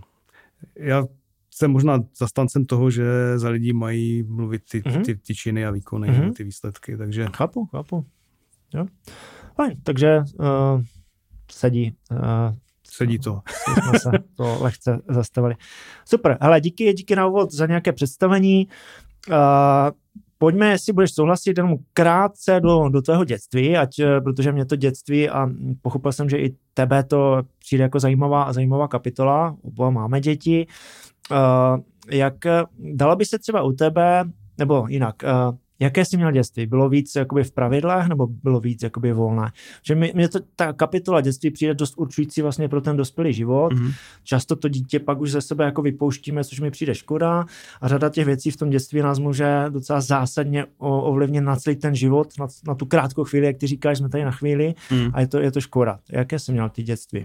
já jsem možná zastancem toho, že za lidi mají mluvit ty, uh-huh. ty, ty činy a výkony, uh-huh. ty výsledky, takže... Chápu, chápu. Jo. Fajn, takže uh, sedí. Uh, sedí to. Jsme se to lehce zastavili. Super, hele, díky, díky na úvod za nějaké představení. Uh, pojďme, jestli budeš souhlasit, jenom krátce do, do tvého dětství, ať, protože mě to dětství a pochopil jsem, že i tebe to přijde jako zajímavá, zajímavá kapitola, oba máme děti. Uh, jak dalo by se třeba u tebe, nebo jinak, uh, jaké jsi měl dětství? Bylo víc jakoby v pravidlech nebo bylo víc jakoby volné? Že mi, mě to, ta kapitola dětství přijde dost určující vlastně pro ten dospělý život. Mm-hmm. Často to dítě pak už ze sebe jako vypouštíme, což mi přijde škoda a řada těch věcí v tom dětství nás může docela zásadně ovlivnit na celý ten život, na, na tu krátkou chvíli, jak ty říkáš, jsme tady na chvíli mm. a je to, je to škoda. Jaké jsi měl ty dětství?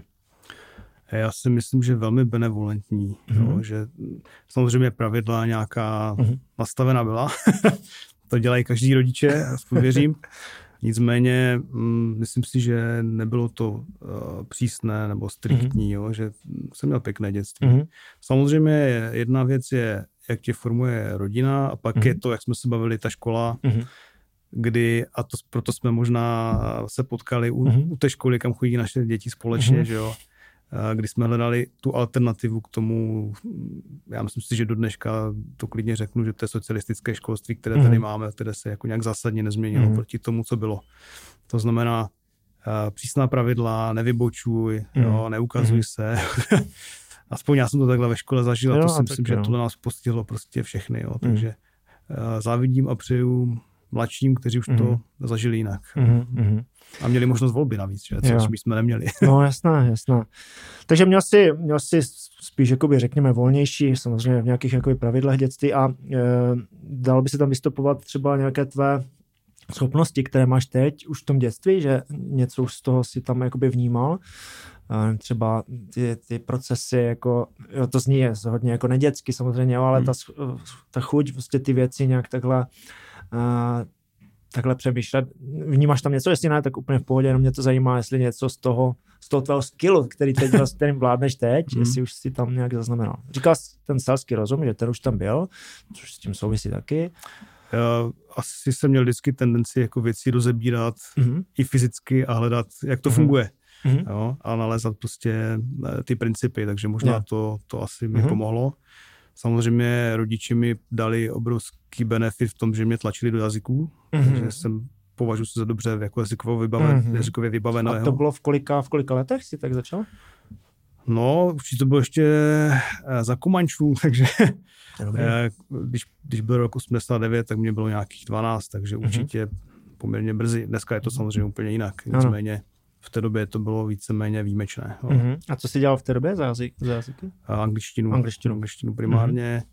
Já si myslím, že velmi benevolentní, mm-hmm. jo, že samozřejmě pravidla nějaká mm-hmm. nastavena byla. To dělají každý rodiče, aspoň věřím. Nicméně mm, myslím si, že nebylo to uh, přísné nebo striktní, mm-hmm. jo, že jsem měl pěkné dětství. Mm-hmm. Samozřejmě jedna věc je, jak tě formuje rodina a pak mm-hmm. je to, jak jsme se bavili, ta škola, mm-hmm. kdy, a to, proto jsme možná se potkali u, mm-hmm. u té školy, kam chodí naše děti společně, mm-hmm. že jo, kdy jsme hledali tu alternativu k tomu, já myslím si, že do dneška to klidně řeknu, že to je socialistické školství, které mm. tady máme, které se jako nějak zásadně nezměnilo mm. proti tomu, co bylo. To znamená uh, přísná pravidla, nevybočuj, mm. jo, neukazuj mm. se. Aspoň já jsem to takhle ve škole zažil a to si myslím, že to nás postihlo prostě všechny. Jo. Takže uh, závidím a přeju mladším, kteří už mm. to zažili jinak. Mm. A měli možnost volby navíc, že? Což my jsme neměli. No jasná, jasná. Takže měl jsi, měl jsi spíš, jakoby, řekněme, volnější, samozřejmě v nějakých jakoby, pravidlech dětství a e, dalo by se tam vystupovat třeba nějaké tvé schopnosti, které máš teď už v tom dětství, že něco už z toho si tam jakoby vnímal. E, třeba ty, ty procesy, jako, jo, to zní je hodně jako nedětsky samozřejmě, ale hmm. ta, ta chuť, prostě ty věci nějak takhle e, takhle přemýšlet. Vnímáš tam něco, jestli ne, tak úplně v pohodě, jenom mě to zajímá, jestli něco z toho, z toho tvého skillu, který teď vlastně, kterým vládneš teď, mm. jestli už si tam nějak zaznamenal. Říkal jsi ten selský rozum, že ten už tam byl, což s tím souvisí taky. Já asi jsem měl vždycky tendenci jako věci rozebírat mm. i fyzicky a hledat, jak to mm. funguje. Mm. Jo, a nalézat prostě ty principy, takže možná yeah. to, to asi mi mm. pomohlo. Samozřejmě rodiči mi dali obrovský benefit v tom, že mě tlačili do jazyků, mm-hmm. takže jsem považuji se za dobře jako jazykově vybaven, mm-hmm. jazykově vybaveného. A to bylo v kolika, v kolika letech jsi tak začal? No, určitě to bylo ještě za Kumančů, takže když, když byl rok osmdesát devět, tak mě bylo nějakých dvanáct, takže mm-hmm. určitě poměrně brzy. Dneska je to samozřejmě úplně jinak, nicméně v té době to bylo víceméně výjimečné. Mm-hmm. A co jsi dělal v té době za, jazyk, za jazyky? A angličtinu. Angličtinu. Angličtinu primárně.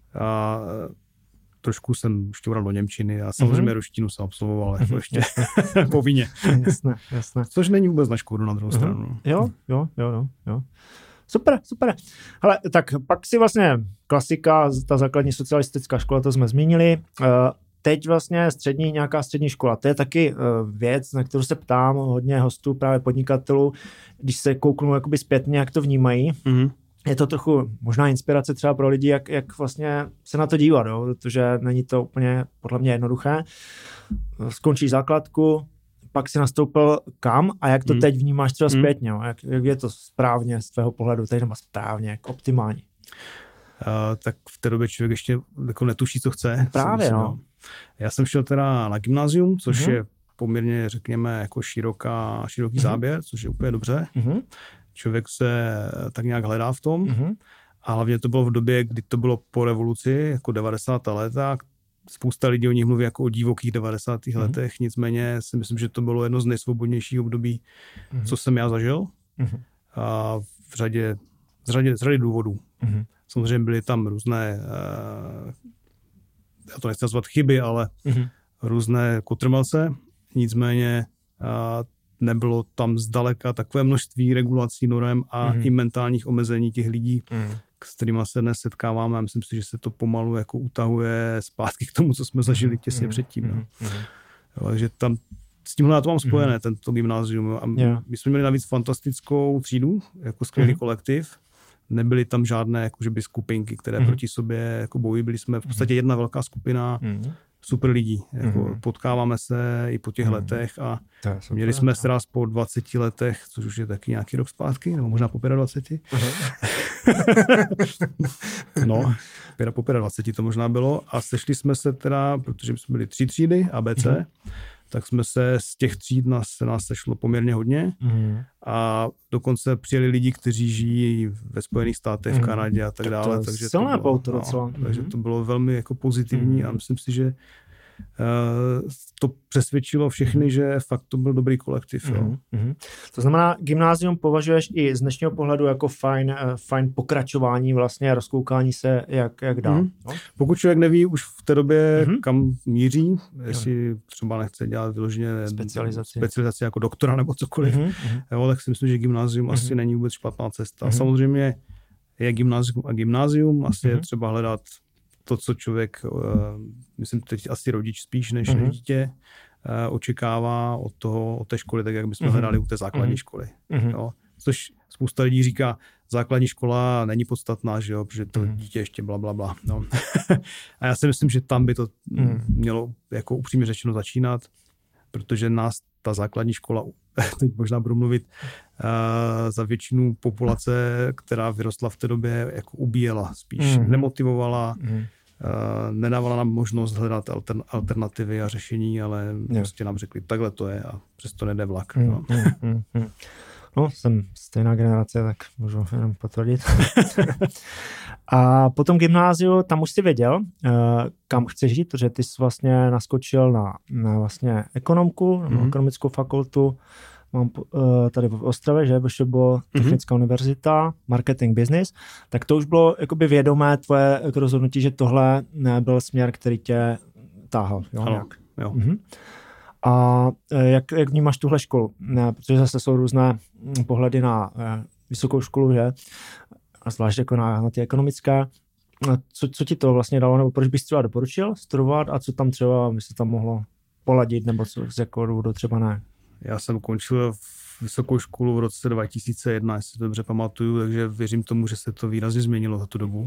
A trošku jsem šťoural do němčiny a samozřejmě mm-hmm. ruštinu jsem absolvoval jako ještě povinně. Jasné, jasné. Což není vůbec na škodu na druhou mm-hmm. stranu. Jo, jo, jo, jo, jo. Super, super. Hele, tak pak si vlastně klasika, ta základní socialistická škola, to jsme zmínili. Teď vlastně střední, nějaká střední škola, to je taky věc, na kterou se ptám hodně hostů, právě podnikatelů, když se kouknu jakoby zpětně, jak to vnímají. Mm-hmm. Je to trochu možná inspirace třeba pro lidi, jak, jak vlastně se na to dívat, jo? Protože není to úplně podle mě jednoduché. Skončíš základku, pak si nastoupil kam a jak to mm. teď vnímáš třeba zpětně, mm. jak, jak je to správně z tvého pohledu, teď nebo správně, jak optimální? Uh, tak v té době člověk ještě jako netuší, co chce. Právě, myslím, no. Já jsem šel teda na gymnázium, což mm. je poměrně, řekněme, jako široká, široký mm. záběr, což je úplně dobře. Mm. Člověk se tak nějak hledá v tom. Mm. A hlavně to bylo v době, kdy to bylo po revoluci, jako devadesátá léta. Spousta lidí o nich mluví jako o divokých devadesátých mm. letech, nicméně si myslím, že to bylo jedno z nejsvobodnějších období, mm. co jsem já zažil. Mm. A v řadě, z řadě, z řady důvodů. Mm. Samozřejmě byly tam různé, já to nechci nazvat chyby, ale mm. různé kotrmelce, nicméně nebylo tam zdaleka takové množství regulací, norem a mm. i mentálních omezení těch lidí, mm. s kterými se dnes setkáváme a myslím si, že se to pomalu jako utahuje zpátky k tomu, co jsme zažili těsně mm. předtím. No. Mm. Jo, takže tam s tímhle já to mám spojené, mm. tento gymnázium. A yeah. my jsme měli navíc fantastickou třídu, jako skvělý mm. kolektiv. Nebyly tam žádné jakože by skupinky, které mm. proti sobě jako bojují. Byli jsme v podstatě jedna velká skupina mm. super lidí. Jako mm. potkáváme se i po těch mm. letech a měli jsme se raz po dvaceti letech, což už je taky nějaký rok zpátky, nebo možná po dvaceti pěti. no, po dvaceti pěti to možná bylo a sešli jsme se teda, protože jsme byli tři třídy A B C, mm. tak jsme se z těch tříd nás, se nás sešlo poměrně hodně mm. a dokonce přijeli lidi, kteří žijí ve Spojených státech, v Kanadě a tak, tak dále. Takže to bylo, pouto docela. No, takže to bylo velmi jako pozitivní mm. a myslím si, že Uh, to přesvědčilo všechny, že fakt to byl dobrý kolektiv. Mm-hmm. Jo. Mm-hmm. To znamená, gymnázium považuješ i z dnešního pohledu jako fajn, uh, fajn pokračování, vlastně rozkoukání se, jak, jak dál. Mm-hmm. No? Pokud člověk neví už v té době, mm-hmm. kam míří, jestli třeba nechce dělat vyloženě specializaci. specializaci jako doktora nebo cokoliv, mm-hmm. jo, tak si myslím, že gymnázium mm-hmm. asi není vůbec špatná cesta. Mm-hmm. Samozřejmě je gymnázium a gymnázium, asi mm-hmm. je třeba hledat to, co člověk, uh, myslím teď asi rodič spíš než mm-hmm. dítě, uh, očekává od toho, od té školy, tak jak bychom mm-hmm. hledali u té základní mm-hmm. školy. Mm-hmm. Jo? Což spousta lidí říká, základní škola není podstatná, že jo, protože to mm-hmm. dítě ještě bla, bla, bla. No. A já si myslím, že tam by to mm-hmm. mělo jako upřímně řečeno začínat, protože nás ta základní škola, teď možná budu mluvit, uh, za většinu populace, která vyrostla v té době, jako ubíjela spíš, mm-hmm. nemotivovala, mm-hmm. uh, nedávala nám možnost hledat altern, alternativy a řešení, ale yeah. prostě nám řekli, takhle to je a přesto nejde vlak. Mm-hmm. No. Mm-hmm. No, jsem stejná generace, tak můžu jenom potvrdit. A potom gymnáziu, tam už jsi věděl, kam chceš jít, protože ty jsi vlastně naskočil na, na vlastně ekonomku, mm-hmm. na ekonomickou fakultu, mám tady v Ostravě, že, protože bylo Technická mm-hmm. univerzita, marketing business, tak to už bylo jakoby vědomé tvoje rozhodnutí, že tohle byl směr, který tě táhal. Jo, ano, nějak. Jo. Mm-hmm. A jak, jak vnímáš tuhle školu? Ne, protože zase jsou různé pohledy na vysokou školu, že? A zvlášť jako na, na ty ekonomické. Co, co ti to vlastně dalo, nebo proč bys třeba doporučil studovat a co tam třeba by se tam mohlo poladit, nebo co, z jakého důvodu třeba ne? Já jsem končil vysokou školu v roce dva tisíce jedna, jestli to dobře pamatuju, takže věřím tomu, že se to výrazně změnilo za tu dobu.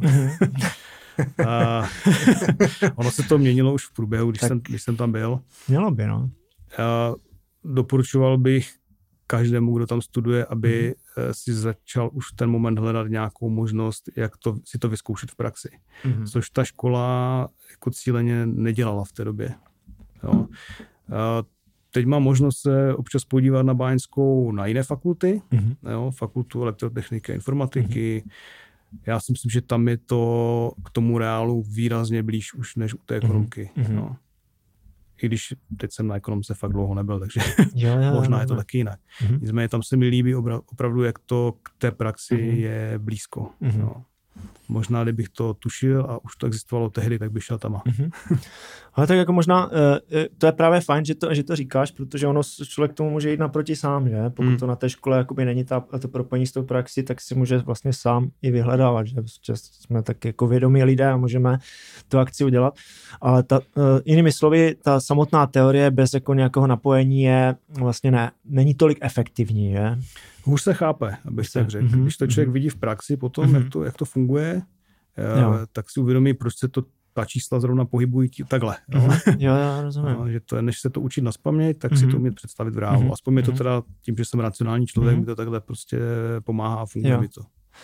A ono se to měnilo už v průběhu, když, jsem, když jsem tam byl. Mělo by, no. A doporučoval bych každému, kdo tam studuje, aby mm. si začal už v ten moment hledat nějakou možnost, jak to, si to vyzkoušet v praxi. Mm. Což ta škola jako cíleně nedělala v té době. Jo. A teď mám možnost se občas podívat na báňskou, na jiné fakulty, mm. jo, fakultu elektrotechniky a informatiky. Mm. Já si myslím, že tam je to k tomu reálu výrazně blíž už než u té ekonomky. Mm. No. I když teď jsem na ekonomce fakt dlouho nebyl, takže jo, jo, možná jo, je to jo. taky jinak. Mm-hmm. Nicméně tam se mi líbí obra- opravdu, jak to k té praxi mm-hmm. je blízko. Mm-hmm. No. možná, kdybych to tušil a už to existovalo tehdy, tak bych šel tam. Mm-hmm. Ale tak jako možná, to je právě fajn, že to, že to říkáš, protože ono člověk tomu může jít naproti sám, že? Pokud mm. to na té škole jakoby není ta, to propojení s tou praxi, tak si může vlastně sám i vyhledávat, že, že jsme tak jako vědomí lidé a můžeme tu akci udělat. Ale ta, jinými slovy, ta samotná teorie bez jako nějakého napojení je vlastně ne, není tolik efektivní, že? Hůř se chápe, abych tak řekl. Mm-hmm. Když to člověk mm-hmm. vidí v praxi potom, mm-hmm. jak, to, jak to funguje, jo. tak si uvědomí, proč se to ta čísla zrovna pohybují tí, takhle. Mm-hmm. Jo, já rozumím. No, že to, než se to učit naspamět, tak mm-hmm. si to umět představit v reálu. Mm-hmm. Aspoň mi to teda, tím, že jsem racionální člověk, mm-hmm. mi to takhle prostě pomáhá a funguje jo. mi to.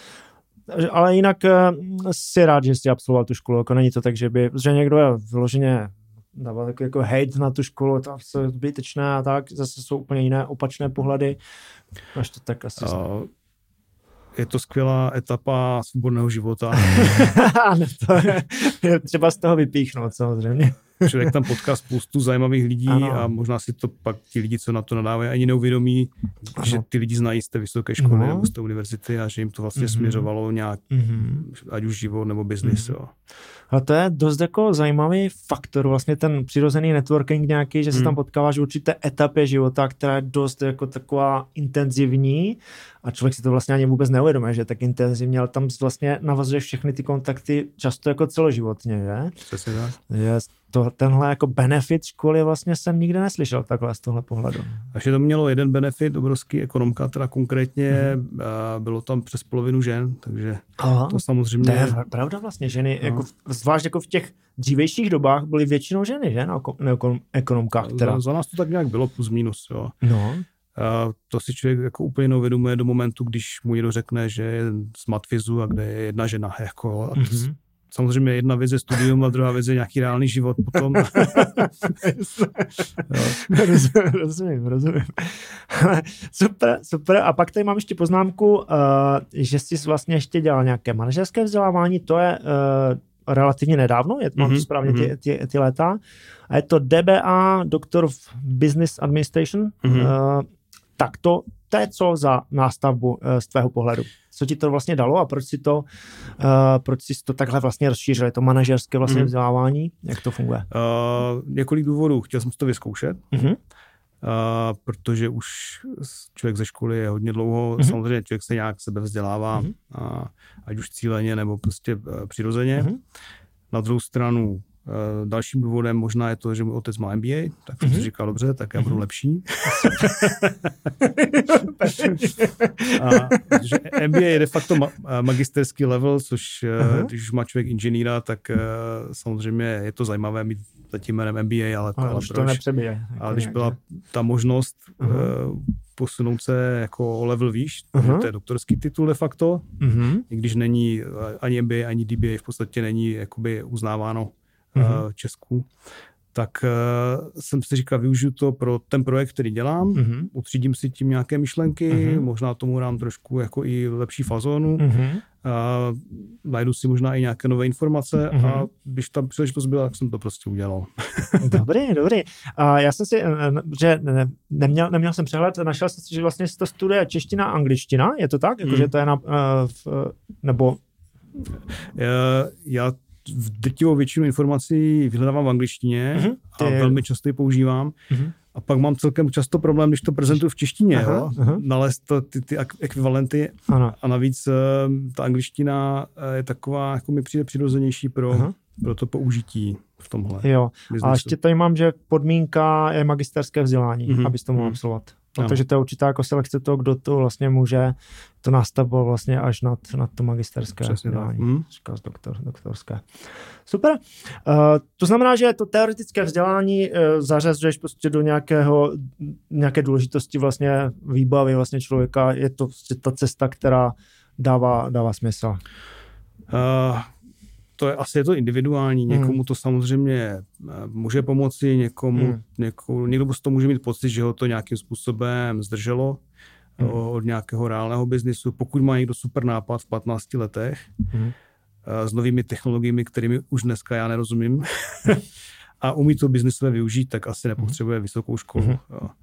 Ale jinak si rád, že jsi absolvoval tu školu, jako není to tak, že by, že někdo je vyloženě dával takový jako hate na tu školu, to je zbytečné a tak, zase jsou úplně jiné opačné pohledy. Až to tak asi... Uh, je to skvělá etapa svobodného života. to je, je třeba z toho vypíchnout, samozřejmě. Člověk tam potká spoustu zajímavých lidí ano. a možná si to pak ti lidi, co na to nadávají, ani neuvědomí, ano. že ty lidi znají z té vysoké školy no. nebo z té univerzity a že jim to vlastně mm-hmm. směřovalo nějak, mm-hmm. ať už život nebo biznis. Mm-hmm. A to je dost jako zajímavý faktor, vlastně ten přirozený networking nějaký, že se mm. tam potkáváš v určité etapě života, která je dost jako taková intenzivní a člověk si to vlastně ani vůbec neuvědomuje, že je tak intenzivně, ale tam vlastně navazuješ všechny ty kontakty často jako celoživotně, že? Přesně tak. Je to, tenhle jako benefit školy vlastně jsem nikde neslyšel takhle z tohle pohledu. Až je to mělo jeden benefit, obrovský ekonomka, teda konkrétně mm. bylo tam přes polovinu žen, takže Aha. to samozřejmě... To je pravda vlastně, ženy, no. jako, zvlášť jako v těch dřívějších dobách byly většinou ženy, že? Na ekonomkách. Teda. Za, za nás to tak nějak bylo plus minus, jo. No. Uh, to si člověk jako úplně neuvědomuje do momentu, když mu někdo řekne, že je z Matfizu a kde je jedna žena. Jako, a to, mm-hmm. Samozřejmě jedna věc je studium a druhá věc je nějaký reálný život potom. rozumím, rozumím. super, super. A pak tady mám ještě poznámku, uh, že jsi vlastně ještě dělal nějaké manažerské vzdělávání, to je uh, relativně nedávno, je, mám mm-hmm. to správně ty, ty, ty léta. A je to D B A, Doctor of Business Administration. Mm-hmm. Uh, tak to, to je co za nástavbu uh, z tvého pohledu? Co ti to vlastně dalo a proč si to, uh, proč jsi to takhle vlastně rozšířil? Je to manažerské vlastně mm. vzdělávání? Jak to funguje? Uh, několik důvodů. Chtěl jsem si to vyzkoušet, mm-hmm. uh, protože už člověk ze školy je hodně dlouho, mm-hmm. samozřejmě člověk se nějak sebe vzdělává, mm-hmm. uh, ať už cíleně nebo prostě uh, přirozeně. Mm-hmm. Na druhou stranu Uh, dalším důvodem možná je to, že můj otec má M B A, tak jsem mm-hmm. si říkal, dobře, tak já budu mm-hmm. lepší. A, protože M B A je de facto ma- magisterský level, což uh-huh. když už má člověk inženýra, tak uh, samozřejmě je to zajímavé mít za tím jménem M B A, ale, ale, ale, to nepřebíje. Ale když byla ta možnost uh-huh. uh, posunout se jako o level výš, uh-huh. to je doktorský titul de facto, uh-huh. i když není ani M B A, ani D B A v podstatě není jakoby uznáváno Uh-huh. Česku, tak uh, jsem si říkal, využiju to pro ten projekt, který dělám, uh-huh. utřídím si tím nějaké myšlenky, uh-huh. možná tomu dám trošku jako i lepší fazónu, uh-huh. uh, najdu si možná i nějaké nové informace uh-huh. a když tam příležitost byla, tak jsem to prostě udělal. Dobrý, dobrý. A já jsem si, že neměl, neměl jsem přehled, našel jsem si, že vlastně to studuje čeština a angličtina, je to tak? Jako, uh-huh. že to je na, uh, v, nebo... Já, já v drtivou většinu informací vyhledávám v angličtině uh-huh. a velmi často ji používám. Uh-huh. A pak mám celkem často problém, když to prezentuju v češtině, uh-huh. jo? Uh-huh. nalézt to, ty, ty ekvivalenty. Uh-huh. A navíc ta angličtina je taková, jako mi přijde přirozenější pro, uh-huh. pro to použití v tomhle. Jo. A ještě tady mám, že podmínka je magisterské vzdělání, uh-huh. abys to mohl uh-huh. absolvovat. No, takže to je určitá jako selekce toho, kdo to vlastně může, to nastavilo vlastně až nad, nad to magisterské vzdělání. Mm. Říkal doktor, doktorské. Super. Uh, to znamená, že to teoretické vzdělání uh, zařazuješ prostě do nějakého, nějaké důležitosti vlastně výbavy vlastně člověka. Je to prostě ta cesta, která dává, dává smysl. Uh. To je asi je to individuální, někomu mm. to samozřejmě může pomoci, někomu, mm. někomu, někdo to může mít pocit, že ho to nějakým způsobem zdrželo mm. od nějakého reálného biznisu. Pokud má někdo super nápad v patnácti letech mm. s novými technologiemi, kterými už dneska já nerozumím, a umí to biznisové využít, tak asi nepotřebuje vysokou školu. Mm.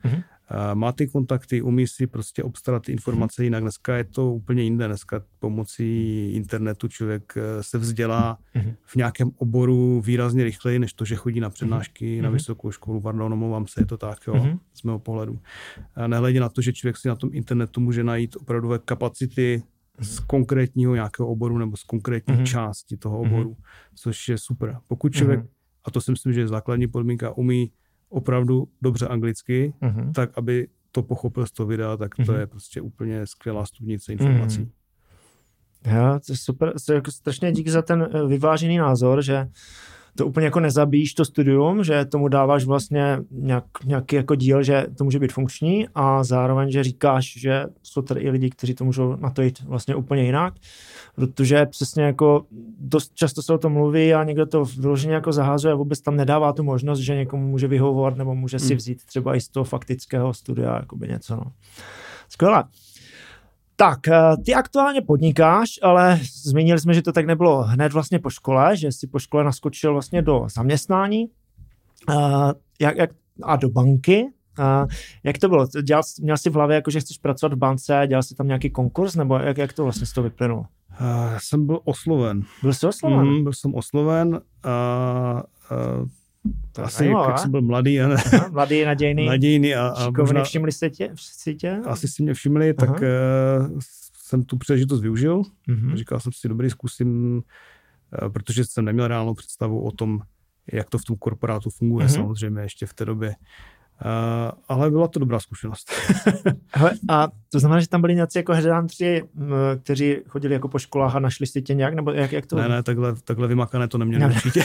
má ty kontakty, umí si prostě obstarat ty informace, jinak dneska je to úplně jinde. Dneska pomocí internetu člověk se vzdělá v nějakém oboru výrazně rychleji, než to, že chodí na přednášky na vysokou školu. Pardon, omlouvám se, je to tak, jo, z mého pohledu. A nehledě na to, že člověk si na tom internetu může najít opravdové kapacity z konkrétního nějakého oboru nebo z konkrétní mm-hmm. části toho oboru, mm-hmm. což je super. Pokud člověk, mm-hmm. a to si myslím, že je základní podmínka, umí opravdu dobře anglicky, mm-hmm. tak aby to pochopil z toho videa, tak to mm-hmm. je prostě úplně skvělá studnice informací. Mm-hmm. Já, to je super, jako strašně díky za ten vyvážený názor, že to úplně jako nezabíjíš to studium, že tomu dáváš vlastně nějak, nějaký jako díl, že to může být funkční a zároveň, že říkáš, že jsou tady i lidi, kteří to můžou na to jít vlastně úplně jinak, protože přesně jako dost často se o tom mluví a někdo to vyloženě jako zahazuje a vůbec tam nedává tu možnost, že někomu může vyhovovat nebo může si vzít třeba i z toho faktického studia jakoby něco. No. Skvělé. Tak, ty aktuálně podnikáš, ale zmínili jsme, že to tak nebylo hned vlastně po škole, že jsi po škole naskočil vlastně do zaměstnání uh, jak, jak, a do banky. Uh, jak to bylo? Dělal, měl jsi v hlavě, jako, že chceš pracovat v bance, dělal jsi tam nějaký konkurs, nebo jak, jak to vlastně z toho vyplynulo? Uh, jsem byl osloven. Byl jsi osloven? Mm, byl jsem osloven a... Uh, To asi zajímavé. Jak jsem byl mladý a ne, Aha, mladý, nadějný, nadějný a, a šikovný, všimli jste tě, si tě? Asi si mě všimli, tak uh, jsem tu příležitost využil. Uh-huh. Říkal jsem si, dobrý, zkusím, uh, protože jsem neměl reálnou představu o tom, jak to v tom korporátu funguje, uh-huh. samozřejmě ještě v té době. Uh, ale byla to dobrá zkušenost. Hele, a to znamená, že tam byli nějací jako headhuntři, kteří chodili jako po školách a našli si tě nějak, nebo jak, jak to? Ne, ne, takhle, takhle vymakané to neměli určitě.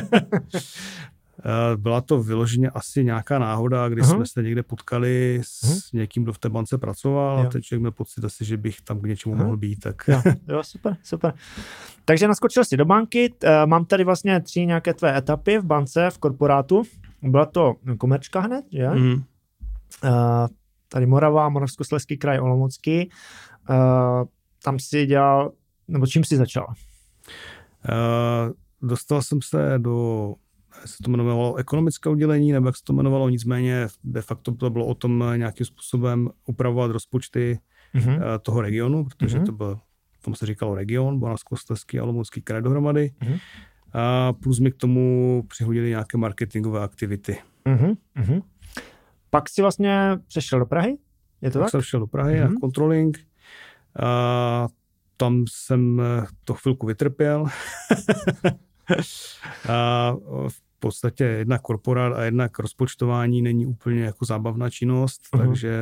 Byla to vyloženě asi nějaká náhoda, kdy uh-huh. jsme se někde potkali s uh-huh. někým, kdo v té bance pracoval jo. a ten člověk měl pocit asi, že bych tam k něčemu uh-huh. mohl být. Tak... Jo. jo, super, super. Takže naskočil jsi do banky, mám tady vlastně tři nějaké tvé etapy v bance, v korporátu. Byla to Komerčka hned, že? Uh-huh. Tady Morava, Moravskoslezský kraj, Olomoucký. Tam si dělal, nebo čím jsi začal? Uh, dostal jsem se do... se to jmenovalo ekonomické oddělení, nebo jak se to jmenovalo, nicméně de facto to bylo o tom nějakým způsobem upravovat rozpočty mm-hmm. toho regionu, protože mm-hmm. to byl, tomu se říkalo region, Moravskoslezský a Olomoucký kraj dohromady. Mm-hmm. A plus mi k tomu přihodili nějaké marketingové aktivity. Mm-hmm. Pak jsi vlastně přešel do Prahy? Je to tak? Tak jsem přešel do Prahy mm-hmm. na controlling. A tam jsem to chvilku vytrpěl. A v podstatě jednak korporát a jednak rozpočtování není úplně jako zábavná činnost, uh-huh. takže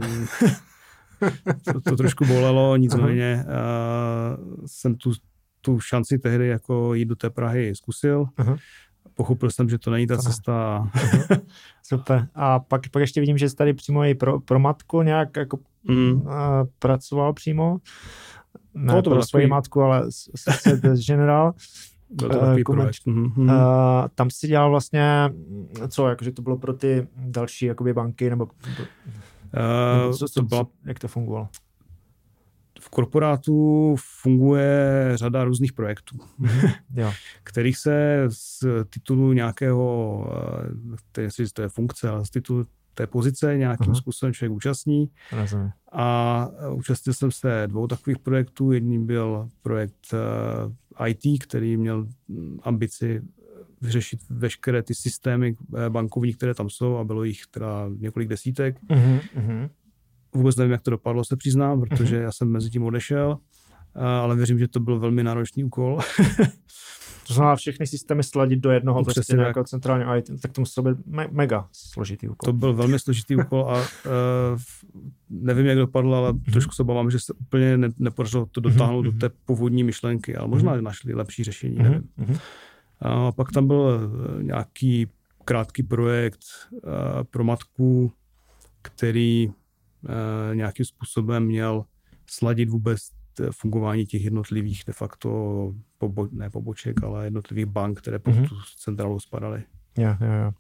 to, to trošku bolelo, nicméně uh-huh. jsem tu, tu šanci tehdy jako jít do té Prahy zkusil. Uh-huh. Pochopil jsem, že to není ta cesta. Uh-huh. Super. A pak, pak ještě vidím, že jsi tady přímo i pro, pro matku nějak jako mm. uh, pracoval přímo. Ne no, to pro svoji matku, ale s generál. Byl to takový projekt. Uh, tam si dělal vlastně, co, jakože to bylo pro ty další jakoby banky, nebo, uh, nebo co, co, to byla, jak to fungovalo? V korporátu funguje řada různých projektů, jo. kterých se z titulu nějakého, jestli to je funkce, ale z titulu té pozice nějakým uh-huh. způsobem člověk účastní. Rozumím. A účastnil jsem se dvou takových projektů. Jedním byl projekt uh, í té, který měl ambici vyřešit veškeré ty systémy bankovní, které tam jsou, a bylo jich teda několik desítek. Uh-huh. Vůbec nevím, jak to dopadlo, se přiznám, protože uh-huh. já jsem mezi tím odešel, uh, ale věřím, že to byl velmi náročný úkol. To znamená všechny systémy sladit do jednoho prostě nějakého centrálního í té, tak to muselo být me- mega složitý úkol. To byl velmi složitý úkol a uh, nevím, jak dopadlo, ale mm-hmm. trošku se obávám, že se úplně ne- nepodařilo to dotáhnout mm-hmm. do té původní myšlenky, ale možná mm-hmm. našli lepší řešení, mm-hmm. nevím. Mm-hmm. A pak tam byl nějaký krátký projekt uh, pro matku, který uh, nějakým způsobem měl sladit vůbec fungování těch jednotlivých de facto pobo, ne poboček, ale jednotlivých bank, které pod mm-hmm. tu centrálu spadaly. Jo, jo, jo.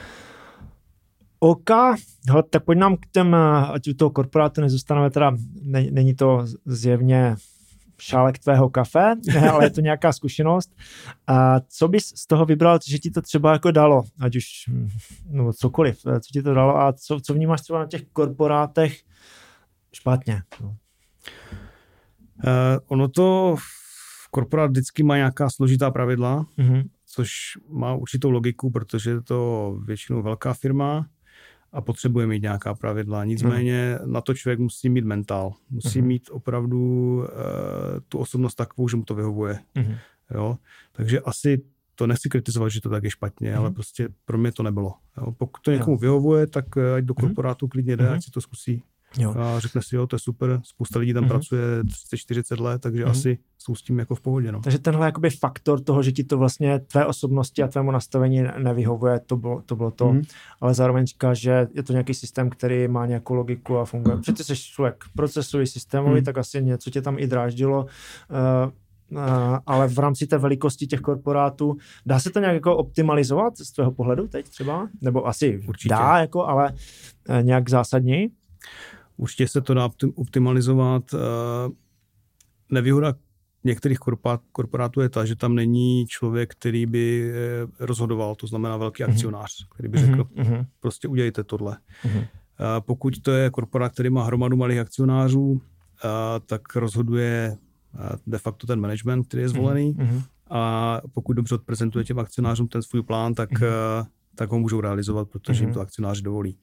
OK, hele, tak pojď nám k těm, ať u toho korporátu nezůstaneme, teda ne, není to zjevně šálek tvého kafe, ale je to nějaká zkušenost. A co bys z toho vybral, že ti to třeba jako dalo, ať už no, cokoliv, co ti to dalo a co, co vnímáš třeba na těch korporátech špatně? No. Uh, ono to korporát vždycky má nějaká složitá pravidla, mm-hmm. což má určitou logiku, protože je to většinou velká firma a potřebuje mít nějaká pravidla. Nicméně mm. na to člověk musí mít mentál. Musí mm. mít opravdu uh, tu osobnost takovou, že mu to vyhovuje. Mm. Jo? Takže asi to nechci kritizovat, že to tak je špatně, mm. ale prostě pro mě to nebylo. Jo? Pokud to někomu jo. vyhovuje, tak ať do korporátu klidně jde, mm. ať si to zkusí. Jo. A řekne si, jo, to je super, spousta lidí tam mm-hmm. pracuje třicet čtyřicet let, takže mm-hmm. asi jsou s tím jako v pohodě. No. Takže tenhle jakoby faktor toho, že ti to vlastně tvé osobnosti a tvému nastavení nevyhovuje, to bylo to, bylo to. Mm-hmm. Ale zároveň říká, že je to nějaký systém, který má nějakou logiku a funguje. Protože ty jsi člověk procesový, systémový, mm-hmm. tak asi něco tě tam i dráždilo. Uh, Uh, ale v rámci té velikosti těch korporátů, dá se to nějak jako optimalizovat z tvého pohledu teď třeba? Nebo asi určitě dá, jako, ale uh, nějak zásadněji? Určitě se to dá optimalizovat. Nevýhoda některých korporátů je ta, že tam není člověk, který by rozhodoval, to znamená velký akcionář, který by řekl, uh-huh. prostě udělejte tohle. Uh-huh. Pokud to je korporát, který má hromadu malých akcionářů, tak rozhoduje de facto ten management, který je zvolený. Uh-huh. A pokud dobře odprezentuje těm akcionářům ten svůj plán, tak, uh-huh. tak ho můžou realizovat, protože uh-huh. jim to akcionáři dovolí.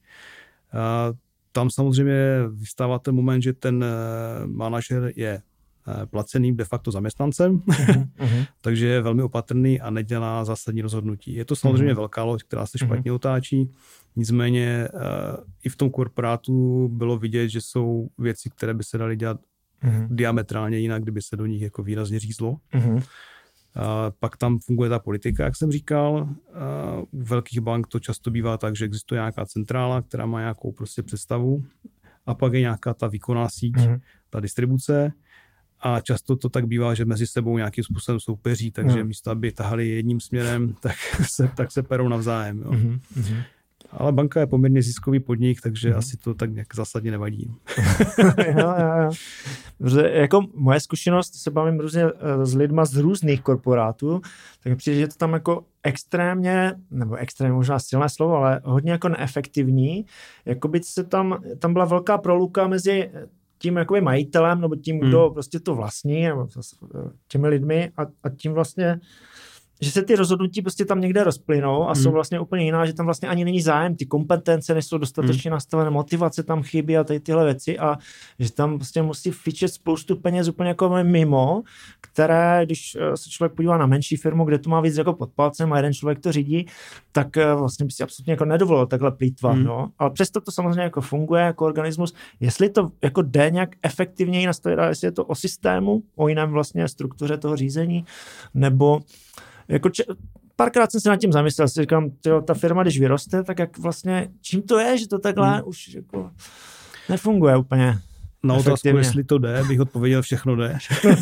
Tam samozřejmě vystává ten moment, že ten manažer je placený de facto zaměstnancem, uh-huh. takže je velmi opatrný a nedělá zásadní rozhodnutí. Je to samozřejmě uh-huh. velká loď, která se špatně uh-huh. otáčí, nicméně uh, i v tom korporátu bylo vidět, že jsou věci, které by se daly dělat uh-huh. diametrálně jinak, kdyby se do nich jako výrazně řízlo. Uh-huh. A pak tam funguje ta politika, jak jsem říkal. A u velkých bank to často bývá tak, že existuje nějaká centrála, která má nějakou prostě představu a pak je nějaká ta výkonná síť, mm. ta distribuce a často to tak bývá, že mezi sebou nějakým způsobem soupeří, takže mm. místo, aby tahali jedním směrem, tak se, tak se perou navzájem. Jo. Mm. Ale banka je poměrně ziskový podnik, takže mm. asi to tak nějak zásadně nevadí. jo, jo, jo. Protože jako moje zkušenost, se bavím různě s lidma z různých korporátů, tak mi přijde, že to tam jako extrémně, nebo extrémně možná silné slovo, ale hodně jako neefektivní. Jakoby se tam, tam byla velká proluka mezi tím jakoby majitelem, nebo tím, kdo mm. prostě to vlastní, nebo těmi lidmi a, a tím vlastně že se ty rozhodnutí prostě tam někde rozplynou a mm. jsou vlastně úplně jiná, že tam vlastně ani není zájem, ty kompetence nejsou dostatečně mm. nastavené, motivace tam chybí a tady tyhle věci a že tam prostě musí fičet spoustu peněz úplně jako mimo, které, když se člověk podívá na menší firmu, kde to má víc jako pod palcem a jeden člověk to řídí, tak vlastně by si absolutně jako nedovolil takhle plýtvat, mm. no. Ale přesto to samozřejmě jako funguje jako organismus. Jestli to jako jde nějak efektivněji nastavit, jestli je to o systému, o jiném vlastně struktuře toho řízení, nebo jako če- párkrát jsem se nad tím zamyslel, si říkám, tyjo, ta firma, když vyroste, tak jak vlastně, čím to je, že to takhle hmm. už jako nefunguje úplně na otázku, jestli to jde, bych odpověděl, všechno jde.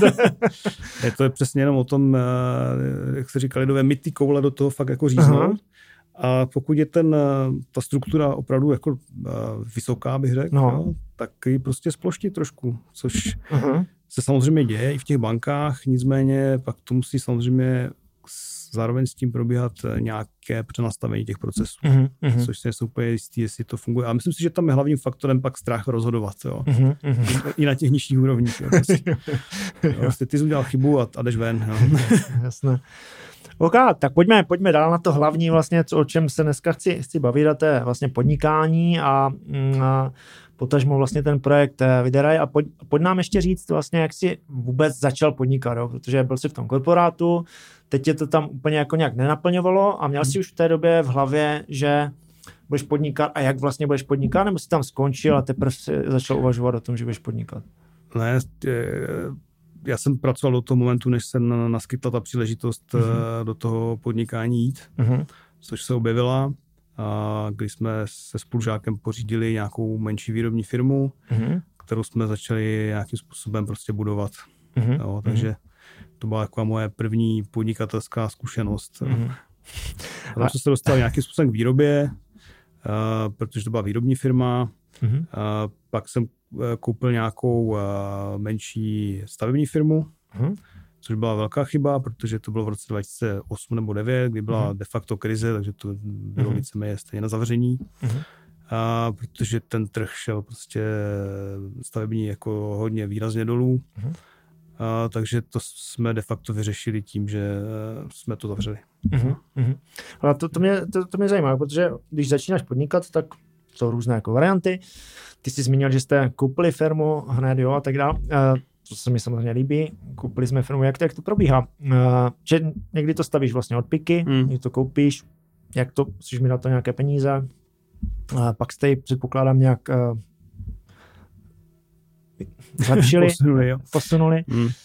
je to je přesně jenom o tom, jak se říká lidové, mít ty koule do toho fakt jako říznout. A pokud je ten, ta struktura opravdu jako vysoká, bych řekl, no. No, tak ji prostě sploštit trošku, což uh-huh. se samozřejmě děje i v těch bankách, nicméně pak to musí samozřejmě zároveň s tím probíhat nějaké přenastavení těch procesů, uh-huh, uh-huh. což se úplně jistý, jestli to funguje. A myslím si, že tam je hlavním faktorem pak strach rozhodovat, jo. Uh-huh, uh-huh. I na těch nižších úrovních. Jo. Prostě, jo, prostě ty jsi udělal chybu a, a jdeš ven. Jo. Jasné. OK, tak pojďme, pojďme dál na to hlavní vlastně, co, o čem se dneska chci, chci bavit, a to je vlastně podnikání a, a potažmo vlastně ten projekt Vyderaj a pojď, pojď nám ještě říct vlastně, jak jsi vůbec začal podnikat, jo? Protože byl jsi v tom korporátu, teď tě to tam úplně jako nějak nenaplňovalo a měl jsi už v té době v hlavě, že budeš podnikat a jak vlastně budeš podnikat, nebo jsi tam skončil a teprve jsi začal uvažovat o tom, že budeš podnikat? Ne, já jsem pracoval do toho momentu, než se naskytla ta příležitost uh-huh. do toho podnikání jít, uh-huh. což se objevila, a když jsme se spolužákem pořídili nějakou menší výrobní firmu, uh-huh. kterou jsme začali nějakým způsobem prostě budovat. Uh-huh. Jo, takže to byla taková moje první podnikatelská zkušenost. Uh-huh. A tam jsem se dostal nějakým způsobem k výrobě, uh, protože to byla výrobní firma. Mm-hmm. A pak jsem koupil nějakou menší stavební firmu, mm-hmm. což byla velká chyba, protože to bylo v roce dva tisíce osm nebo devět, kdy byla mm-hmm. de facto krize, takže to bylo mm-hmm. víceméně stejně na zavření. Mm-hmm. A protože ten trh šel prostě stavební jako hodně výrazně dolů. Mm-hmm. A, takže to jsme de facto vyřešili tím, že jsme to zavřeli. Mm-hmm. Ale to, to, mě, to, to mě zajímá, protože když začínáš podnikat, tak jsou různé jako varianty. Ty jsi zmínil, že jste koupili firmu hned, jo, a tak dále. To se mi samozřejmě líbí. Koupili jsme firmu. Jak to, jak to probíhá? Že někdy to stavíš vlastně od piky, mm. někdy to koupíš, jak to, musíš mi dát to nějaké peníze, pak jste ji předpokládám nějak zlepšili, posunuli. Jo. posunuli. Mm. Uh,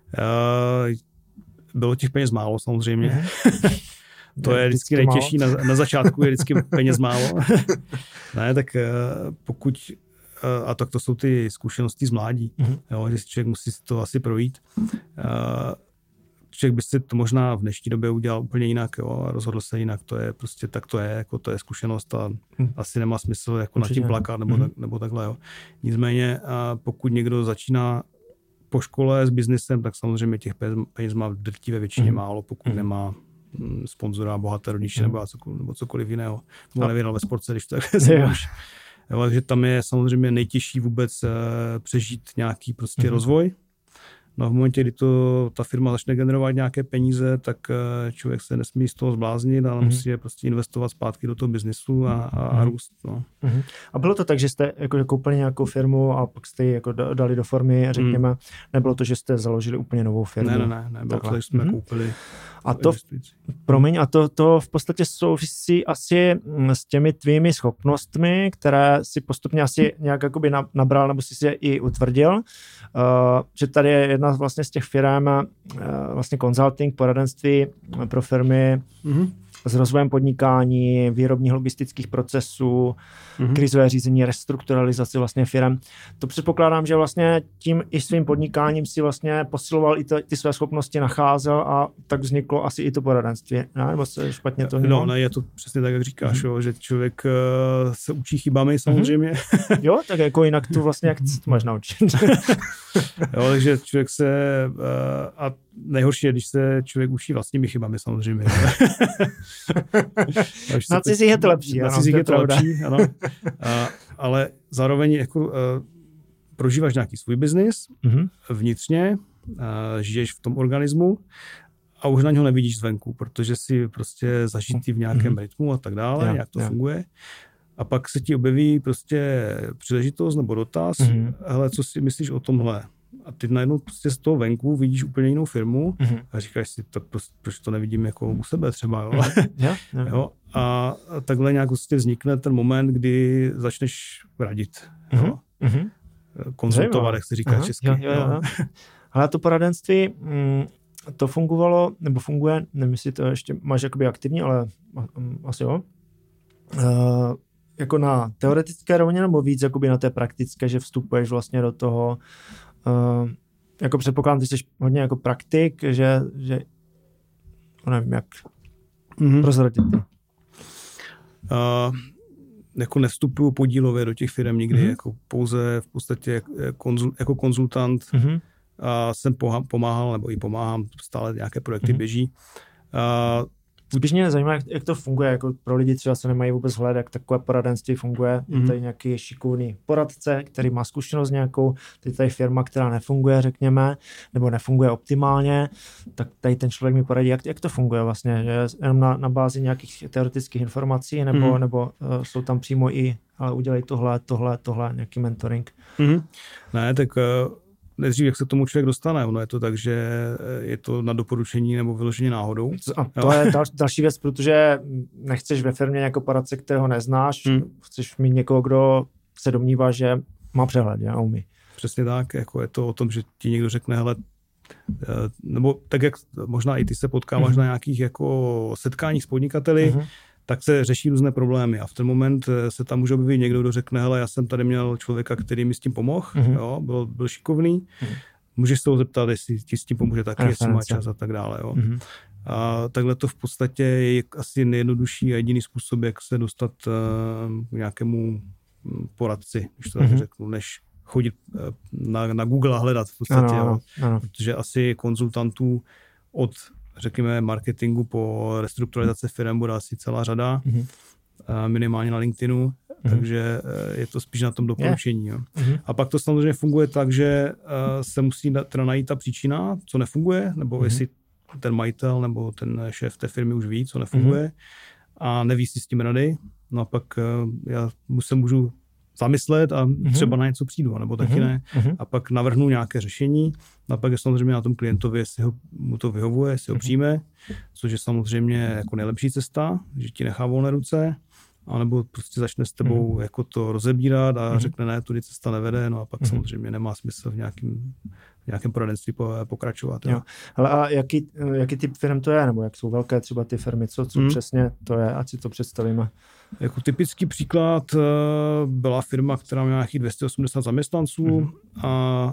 bylo těch peněz málo samozřejmě. Mm. To je vždycky nejtěžší, na, na začátku je vždycky peněz málo. Ne, tak uh, pokud, uh, a tak to jsou ty zkušenosti z mládí, mm-hmm. jo, že si člověk musí si to asi projít. Uh, člověk by si to možná v dnešní době udělal úplně jinak, jo, a rozhodl se jinak, to je prostě, tak to je, jako to je zkušenost a mm. asi nemá smysl jako nad tím plakat nebo, mm-hmm. tak, nebo takhle, jo. Nicméně, uh, pokud někdo začíná po škole s biznesem, tak samozřejmě těch peněz má v drtivé většině mm-hmm. málo, pokud mm-hmm. nemá sponzora, bohaté rodiče mm. nebo, cokoliv, nebo cokoliv jiného. Nebo nevěděl ve sportce, když tak se takže tam je samozřejmě nejtěžší vůbec uh, přežít nějaký prostě mm. rozvoj. No v momentě, kdy to, ta firma začne generovat nějaké peníze, tak uh, člověk se nesmí z toho zbláznit, ale mm. musí je prostě investovat zpátky do toho biznesu a, a, a růst. No. Mm. A bylo to tak, že jste jako koupili nějakou firmu a pak jste ji jako dali do formy, řekněme, mm. nebylo to, že jste založili úplně novou firmu? Ne, ne, ne, ne bylo to, že jsme mm. koupili. A to, promiň, a to, to v podstatě souvisí asi s těmi tvými schopnostmi, které si postupně asi nějak jakoby nabral, nebo si si je i utvrdil, uh, že tady je jedna vlastně z těch firm, uh, vlastně consulting, poradenství pro firmy mm-hmm. s rozvojem podnikání, výrobních logistických procesů, mm-hmm. krizové řízení, restrukturalizaci vlastně firm. To předpokládám, že vlastně tím i svým podnikáním si vlastně posiloval i to, ty své schopnosti, nacházel a tak vzniklo asi i to poradenství. Ne? Nebo se špatně to No, ne, je to přesně tak, jak říkáš, mm-hmm. jo, že člověk uh, se učí chybami samozřejmě. Mm-hmm. Jo, tak jako jinak tu vlastně, jak to máš naučit. Jo, takže člověk se uh, a nejhorší je, když se člověk učí vlastními chybami samozřejmě. Na cizích je to lepší. Na cizích je to lepší, ano. A, ale zároveň jako, uh, prožíváš nějaký svůj biznis mm-hmm. vnitřně, uh, žiješ v tom organismu a už na něho nevidíš zvenku, protože si prostě zažitý v nějakém mm-hmm. rytmu a tak dále, yeah, jak to yeah. funguje. A pak se ti objeví prostě příležitost nebo dotaz, mm-hmm. hele, co si myslíš o tomhle? A ty najednou prostě z toho venku vidíš úplně jinou firmu mm-hmm. a říkáš si, tak proč, proč to nevidím jako u sebe třeba, jo? Yeah, yeah. jo? A takhle nějak prostě vznikne ten moment, kdy začneš radit, mm-hmm. jo? Mm-hmm. Konzultovat, jak se říká uh-huh. česky. Jo, jo, jo. Ale to poradenství, to fungovalo, nebo funguje, nevím, jestli to ještě máš jakoby aktivní, ale asi jo. Uh, jako na teoretické rovině, nebo víc jakoby na té praktické, že vstupuješ vlastně do toho, uh, jako předpokládám, ty jsi hodně jako praktik, že, že nevím, jak mm-hmm. prozradit ty. Uh, jako nevstupuju podílově do těch firm nikdy, mm-hmm. jako pouze v podstatě konzul, jako konzultant mm-hmm. a jsem pomáhal, nebo i pomáhám, stále nějaké projekty mm-hmm. běží. Uh, Spíš mě zajímá, jak, jak to funguje, jako pro lidi třeba se nemají vůbec hled, jak takové poradenství funguje. Mm-hmm. Je tady nějaký šikovný poradce, který má zkušenost nějakou, je tady firma, která nefunguje, řekněme, nebo nefunguje optimálně, tak tady ten člověk mi poradí, jak, jak to funguje vlastně, že jenom na, na bázi nějakých teoretických informací, nebo, mm-hmm. nebo uh, jsou tam přímo i, ale udělej tohle, tohle, tohle, nějaký mentoring. Mm-hmm. Ne, tak... Uh... Nejdřív, jak se k tomu člověk dostane. Ono je to tak, že je to na doporučení nebo vyloženě náhodou. A to jo. je dal, další věc, protože nechceš ve firmě jako poradce, kterého neznáš, hmm. chceš mít někoho, kdo se domnívá, že má přehled a umí. Přesně tak, jako je to o tom, že ti někdo řekne, hele, nebo tak, jak možná i ty se potkáváš hmm. na nějakých jako setkáních s podnikateli, hmm. tak se řeší různé problémy a v ten moment se tam může objevit někdo, kdo řekne, hele, já jsem tady měl člověka, který mi s tím pomohl, mm-hmm. jo, byl, byl šikovný, mm-hmm. můžeš se ho zeptat, jestli ti s tím pomůže taky, jestli má čas a tak dále. Jo. Mm-hmm. A takhle to v podstatě je asi nejjednodušší a jediný způsob, jak se dostat uh, k nějakému poradci, když to tak mm-hmm. řeknu, než chodit na, na Google a hledat v podstatě. Ano, ano, ano. Protože asi konzultantů od, řekněme, marketingu po restrukturalizace firem bude asi celá řada, mm-hmm. minimálně na LinkedInu, mm-hmm. takže je to spíš na tom doporučení. Jo. Mm-hmm. A pak to samozřejmě funguje tak, že se musí teda najít ta příčina, co nefunguje, nebo mm-hmm. jestli ten majitel nebo ten šéf té firmy už ví, co nefunguje mm-hmm. a neví si s tím rady. No a pak já se můžu zamyslet a mm-hmm. třeba na něco přijdu, nebo taky mm-hmm. ne. A pak navrhnu nějaké řešení. A pak je samozřejmě na tom klientovi, jestli ho, mu to vyhovuje, jestli ho přijme, což je samozřejmě jako nejlepší cesta, že ti nechá volné ruce, anebo prostě začne s tebou mm-hmm. jako to rozebírat a mm-hmm. řekne, ne, tudy cesta nevede, no a pak mm-hmm. samozřejmě nemá smysl v nějakým, v nějakém poradenství pokračovat. Jo. Ale a jaký, jaký typ firm to je, nebo jak jsou velké třeba ty firmy, co, co mm. přesně to je, ať si to představíme? Jako typický příklad byla firma, která měla nějakých dvě stě osmdesát zaměstnanců mm. a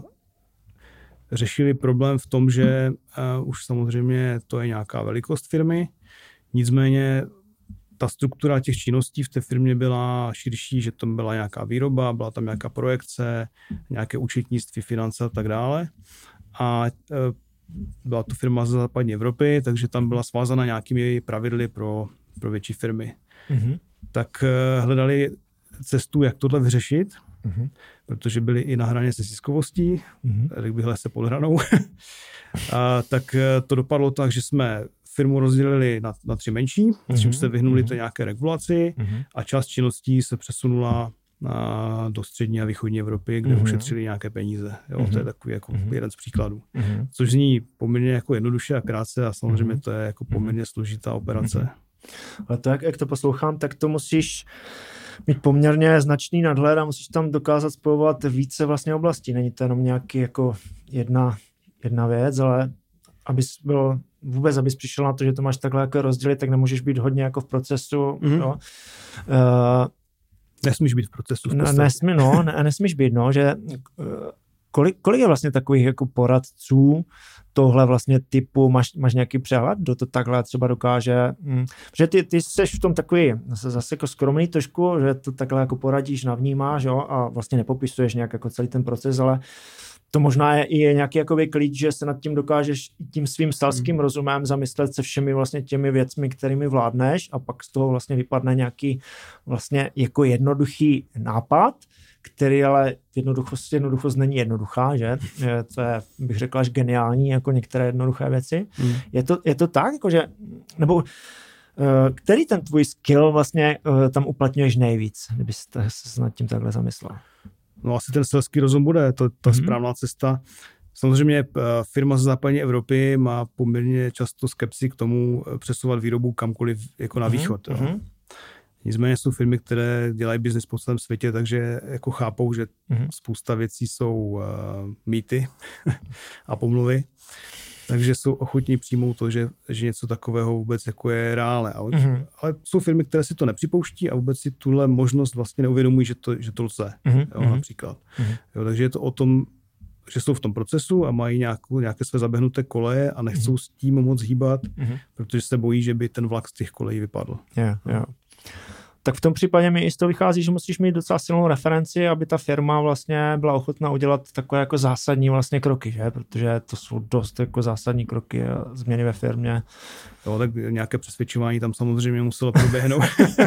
řešili problém v tom, že uh, už samozřejmě to je nějaká velikost firmy, nicméně ta struktura těch činností v té firmě byla širší, že tam byla nějaká výroba, byla tam nějaká projekce, nějaké účetnictví, finance a tak dále. A uh, byla to firma ze západní Evropy, takže tam byla svázána nějakými pravidly pro, pro větší firmy. Mm-hmm. Tak uh, hledali cestu, jak tohle vyřešit, mm-hmm. protože byli i na hraně se ziskovostí, mm-hmm. tak byhle se pod hranou. a, tak to dopadlo tak, že jsme firmu rozdělili na, na tři menší, mm-hmm. čím se vyhnuli mm-hmm. to nějaké regulaci mm-hmm. a část činností se přesunula na, do střední a východní Evropy, kde mm-hmm. ušetřili nějaké peníze. Jo, mm-hmm. To je takový jako mm-hmm. jeden z příkladů. Mm-hmm. Což zní poměrně jako jednoduše a krátce a samozřejmě mm-hmm. to je jako poměrně složitá operace. Mm-hmm. Ale to, jak, jak to poslouchám, tak to musíš mít poměrně značný nadhled a musíš tam dokázat spojovat více vlastně oblastí. Není to jenom nějaký jako jedna, jedna věc, ale abys byl, vůbec abys přišel na to, že to máš takhle jako rozdělit, tak nemůžeš být hodně jako v procesu. Mm-hmm. No. Uh, nesmíš být v procesu. V ne, nesmí, no, ne, nesmíš být, no, že uh, kolik, kolik je vlastně takových jako poradců tohle vlastně typu, máš, máš nějaký přehled, kdo to takhle třeba dokáže, hm, protože ty, ty seš v tom takový zase, zase jako skromný trošku, že to takhle jako poradíš, navnímáš, jo, a vlastně nepopisuješ nějak jako celý ten proces, ale to možná je i nějaký jakoby klíč, že se nad tím dokážeš tím svým selským hmm. rozumem zamyslet se všemi vlastně těmi věcmi, kterými vládneš a pak z toho vlastně vypadne nějaký vlastně jako jednoduchý nápad, který ale jednoduchost, jednoduchost není jednoduchá, že? To je, bych řekl, až geniální, jako některé jednoduché věci. Hmm. Je, to, je to tak, jakože, nebo který ten tvůj skill vlastně tam uplatňuješ nejvíc, kdybyste se nad tím takhle zamyslel? No asi ten selský rozum bude, to ta mm-hmm. správná cesta. Samozřejmě firma ze západní Evropy má poměrně často skepsi k tomu přesouvat výrobu kamkoliv jako na východ. Mm-hmm. Jo. Nicméně jsou firmy, které dělají biznis po celém světě, takže jako chápou, že mm-hmm. spousta věcí jsou uh, mýty a pomluvy. Takže jsou ochotní přijmout to, že, že něco takového vůbec jako je reálné. Ale, mm-hmm. ale jsou firmy, které si to nepřipouští a vůbec si tuhle možnost vlastně neuvědomují, že to, že to lze. Mm-hmm. Jo, například. Mm-hmm. Jo, takže je to o tom, že jsou v tom procesu a mají nějakou, nějaké své zaběhnuté koleje a nechcou mm-hmm. s tím moc hýbat, mm-hmm. protože se bojí, že by ten vlak z těch kolejí vypadl. Yeah, yeah. Tak v tom případě mi i z toho vychází, že musíš mít docela silnou referenci, aby ta firma vlastně byla ochotná udělat takové jako zásadní vlastně kroky, že? Protože to jsou dost jako zásadní kroky a změny ve firmě. Jo, tak nějaké přesvědčování tam samozřejmě muselo proběhnout.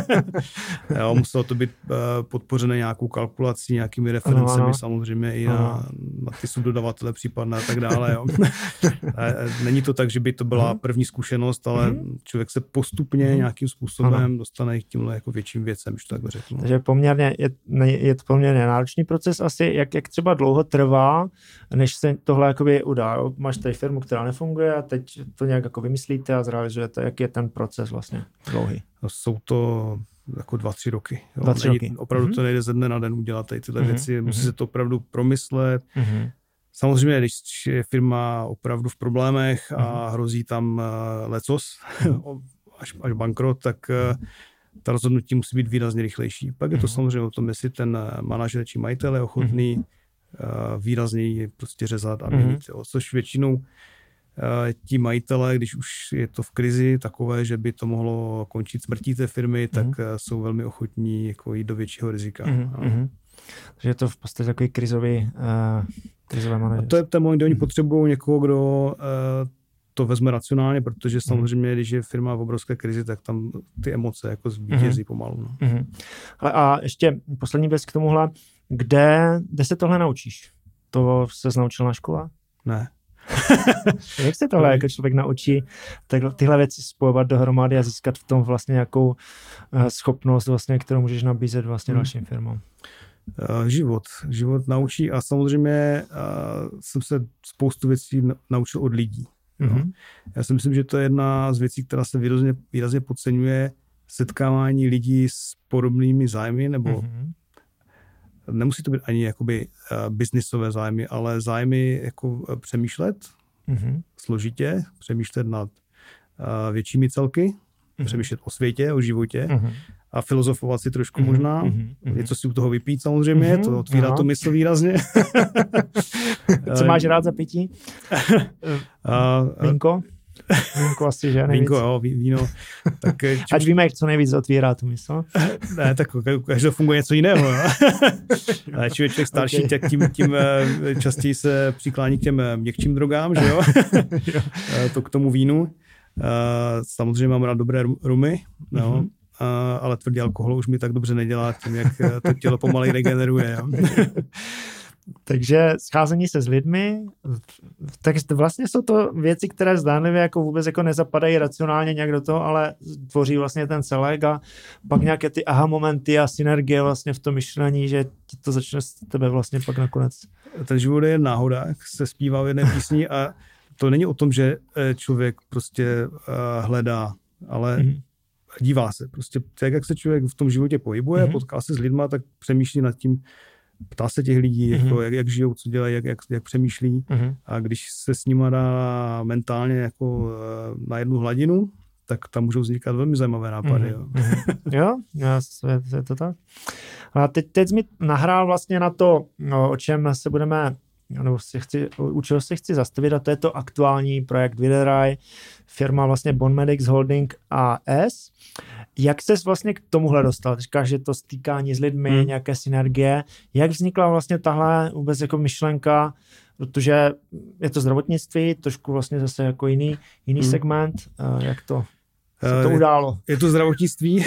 Jo, muselo to být uh, podpořené nějakou kalkulací, nějakými referencemi, ano, ano. samozřejmě i na, na ty subdodavatele případné a tak dále. Jo. Není to tak, že by to byla první zkušenost, ale mm. člověk se postupně mm. nějakým způsobem ano. dostane k tímhle jako větším věcem, když to tak řeknu. Takže poměrně, je, je to poměrně náročný proces asi, jak, jak třeba dlouho trvá, než se tohle jakoby udá. Jo? Máš tady firmu, která nefunguje a teď to nějak jako vymyslíte a zrealizujete. Jak je ten proces vlastně dlouhý? Jsou to jako dva, tři roky. Jo. Dva, tři roky. Opravdu mm-hmm. to nejde ze dne na den udělat tady tyhle mm-hmm. věci. Musí mm-hmm. se to opravdu promyslet. Mm-hmm. Samozřejmě, když je firma opravdu v problémech mm-hmm. a hrozí tam uh, lecos, mm-hmm. až, až bankrot, tak uh, ta rozhodnutí musí být výrazně rychlejší. Pak je to mm-hmm. samozřejmě o tom, jestli ten manažer či majitel je ochotný mm-hmm. uh, výrazněji prostě řezat a měnit. Mm-hmm. Což většinou ti majitelé, když už je to v krizi takové, že by to mohlo končit smrtí té firmy, tak mm. jsou velmi ochotní jako jít do většího rizika. Mm. No. Takže je to v podstatě takový krizový uh, krizové manažer. To je ten moment, kdy oni potřebují někoho, kdo uh, to vezme racionálně, protože samozřejmě, když je firma v obrovské krizi, tak tam ty emoce jako zvítězí mm. pomalu. No. Mm. Ale a ještě poslední věc k tomuhle. Kde, kde se tohle naučíš? To se naučil na škole? Ne. Jak se tohle jako člověk naučí tak, tyhle věci spojovat dohromady a získat v tom vlastně nějakou uh, schopnost, vlastně, kterou můžeš nabízet vlastně hmm. dalším firmám? Uh, život. Život naučí a samozřejmě uh, jsem se spoustu věcí naučil od lidí. Mm-hmm. No. Já si myslím, že to je jedna z věcí, která se výrazně, výrazně podceňuje, setkávání lidí s podobnými zájmy, nebo mm-hmm. nemusí to být ani jakoby uh, biznisové zájmy, ale zájmy jako uh, přemýšlet mm-hmm. složitě, přemýšlet nad uh, většími celky, mm-hmm. přemýšlet o světě, o životě mm-hmm. a filozofovat si trošku mm-hmm. možná, mm-hmm. něco si u toho vypít samozřejmě, mm-hmm. to otvírá Aha. to mysl výrazně. Co máš rád za pití? uh, Vínko? Vínko asi, že? Nejvíc. Vínko, jo, víno. Tak, čím... Ať víme, co nejvíc otvírá tu mysl. Ne, tak každého funguje něco jiného. Ale čím je člověk starší, okay. tak tím, tím častěji se přiklání k těm měkčím drogám, že jo? To k tomu vínu. Samozřejmě mám rád dobré rumy, no. Mm-hmm. Ale tvrdý alkohol už mi tak dobře nedělá tím, jak to tělo pomalej regeneruje. Jo? Takže scházení se s lidmi, tak vlastně jsou to věci, které zdánlivě jako vůbec jako nezapadají racionálně nějak do toho, ale tvoří vlastně ten celek a pak nějaké ty aha momenty a synergie vlastně v tom myšlení, že ti to začne z tebe vlastně pak nakonec. Ten život je náhoda, jak se zpívá v jedné písni a to není o tom, že člověk prostě hledá, ale mm. dívá se. Prostě tak, jak se člověk v tom životě pohybuje, mm. potká se s lidma, tak přemýšlí nad tím, ptá se těch lidí, mm-hmm. jako, jak, jak žijou, co dělají, jak, jak, jak přemýšlí. Mm-hmm. A když se s nima dá mentálně jako na jednu hladinu, tak tam můžou vznikat velmi zajímavé nápady. Mm-hmm. Jo, jo je, je to tak. A teď, teď jsi mi nahrál vlastně na to, no, o čem se budeme, nebo si chci, u čeho se chci zastavit, a to je to aktuální projekt Videraj, firma vlastně Bonmedics Holding A S. Jak ses vlastně k tomuhle dostal? Říkáš, že to stýkání s lidmi, hmm. nějaké synergie. Jak vznikla vlastně tahle vůbec jako myšlenka, protože je to zdravotnictví, trošku vlastně zase jako jiný, jiný hmm. segment. Jak to se to událo? Je to zdravotnictví.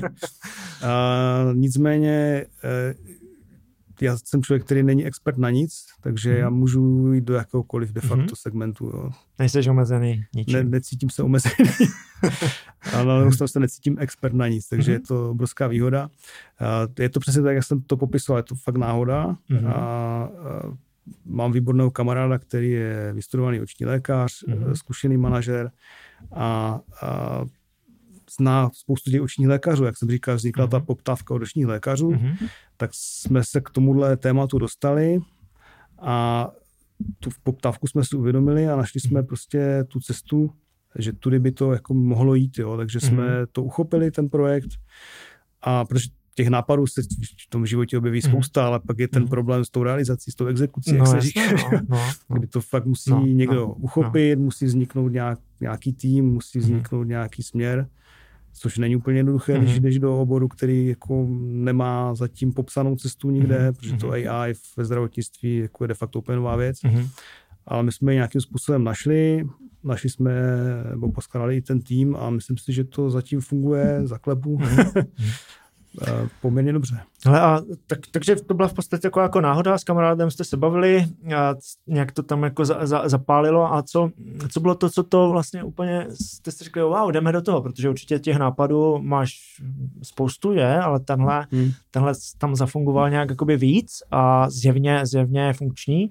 Nicméně já jsem člověk, který není expert na nic, takže hmm. já můžu jít do jakéhokoliv de facto hmm. segmentu. Jo. Nejseš omezený ničím. Ne, necítím se omezený. Ale na se necítím expert na nic, takže mm-hmm. je to obrovská výhoda. Je to přesně tak, jak jsem to popisoval, je to fakt náhoda. Mm-hmm. A, a mám výborného kamaráda, který je vystudovaný oční lékař, mm-hmm. zkušený manažer a, a zná spoustu těch očních lékařů. Jak jsem říkal, vznikla mm-hmm. ta poptávka od očních lékařů, mm-hmm. tak jsme se k tomuhle tématu dostali a tu poptávku jsme si uvědomili a našli jsme prostě tu cestu, že tudy by to jako mohlo jít, jo. Takže jsme mm-hmm. to uchopili, ten projekt, a protože těch nápadů se v tom životě objeví spousta, mm-hmm. ale pak je ten problém s tou realizací, s tou exekucí, jak no, se říká, no, no, no. kdy to fakt musí no, někdo no, uchopit, no. musí vzniknout nějak, nějaký tým, musí vzniknout mm-hmm. nějaký směr, což není úplně jednoduché, mm-hmm. když jdeš do oboru, který jako nemá zatím popsanou cestu nikde, mm-hmm. protože to A I ve zdravotnictví jako je de facto úplně nová věc. Mm-hmm. Ale my jsme nějakým způsobem našli, našli jsme, nebo poskládali ten tým a myslím si, že to zatím funguje za klepu poměrně dobře. Hele, a tak, takže to byla v podstatě jako, jako náhoda, s kamarádem jste se bavili a nějak to tam jako za, za, zapálilo a co, co bylo to, co to vlastně úplně, jste si řekli, wow, jdeme do toho, protože určitě těch nápadů máš spoustu, je, ale tenhle, hmm. tenhle tam zafungoval nějak jakoby víc a zjevně, zjevně je funkční.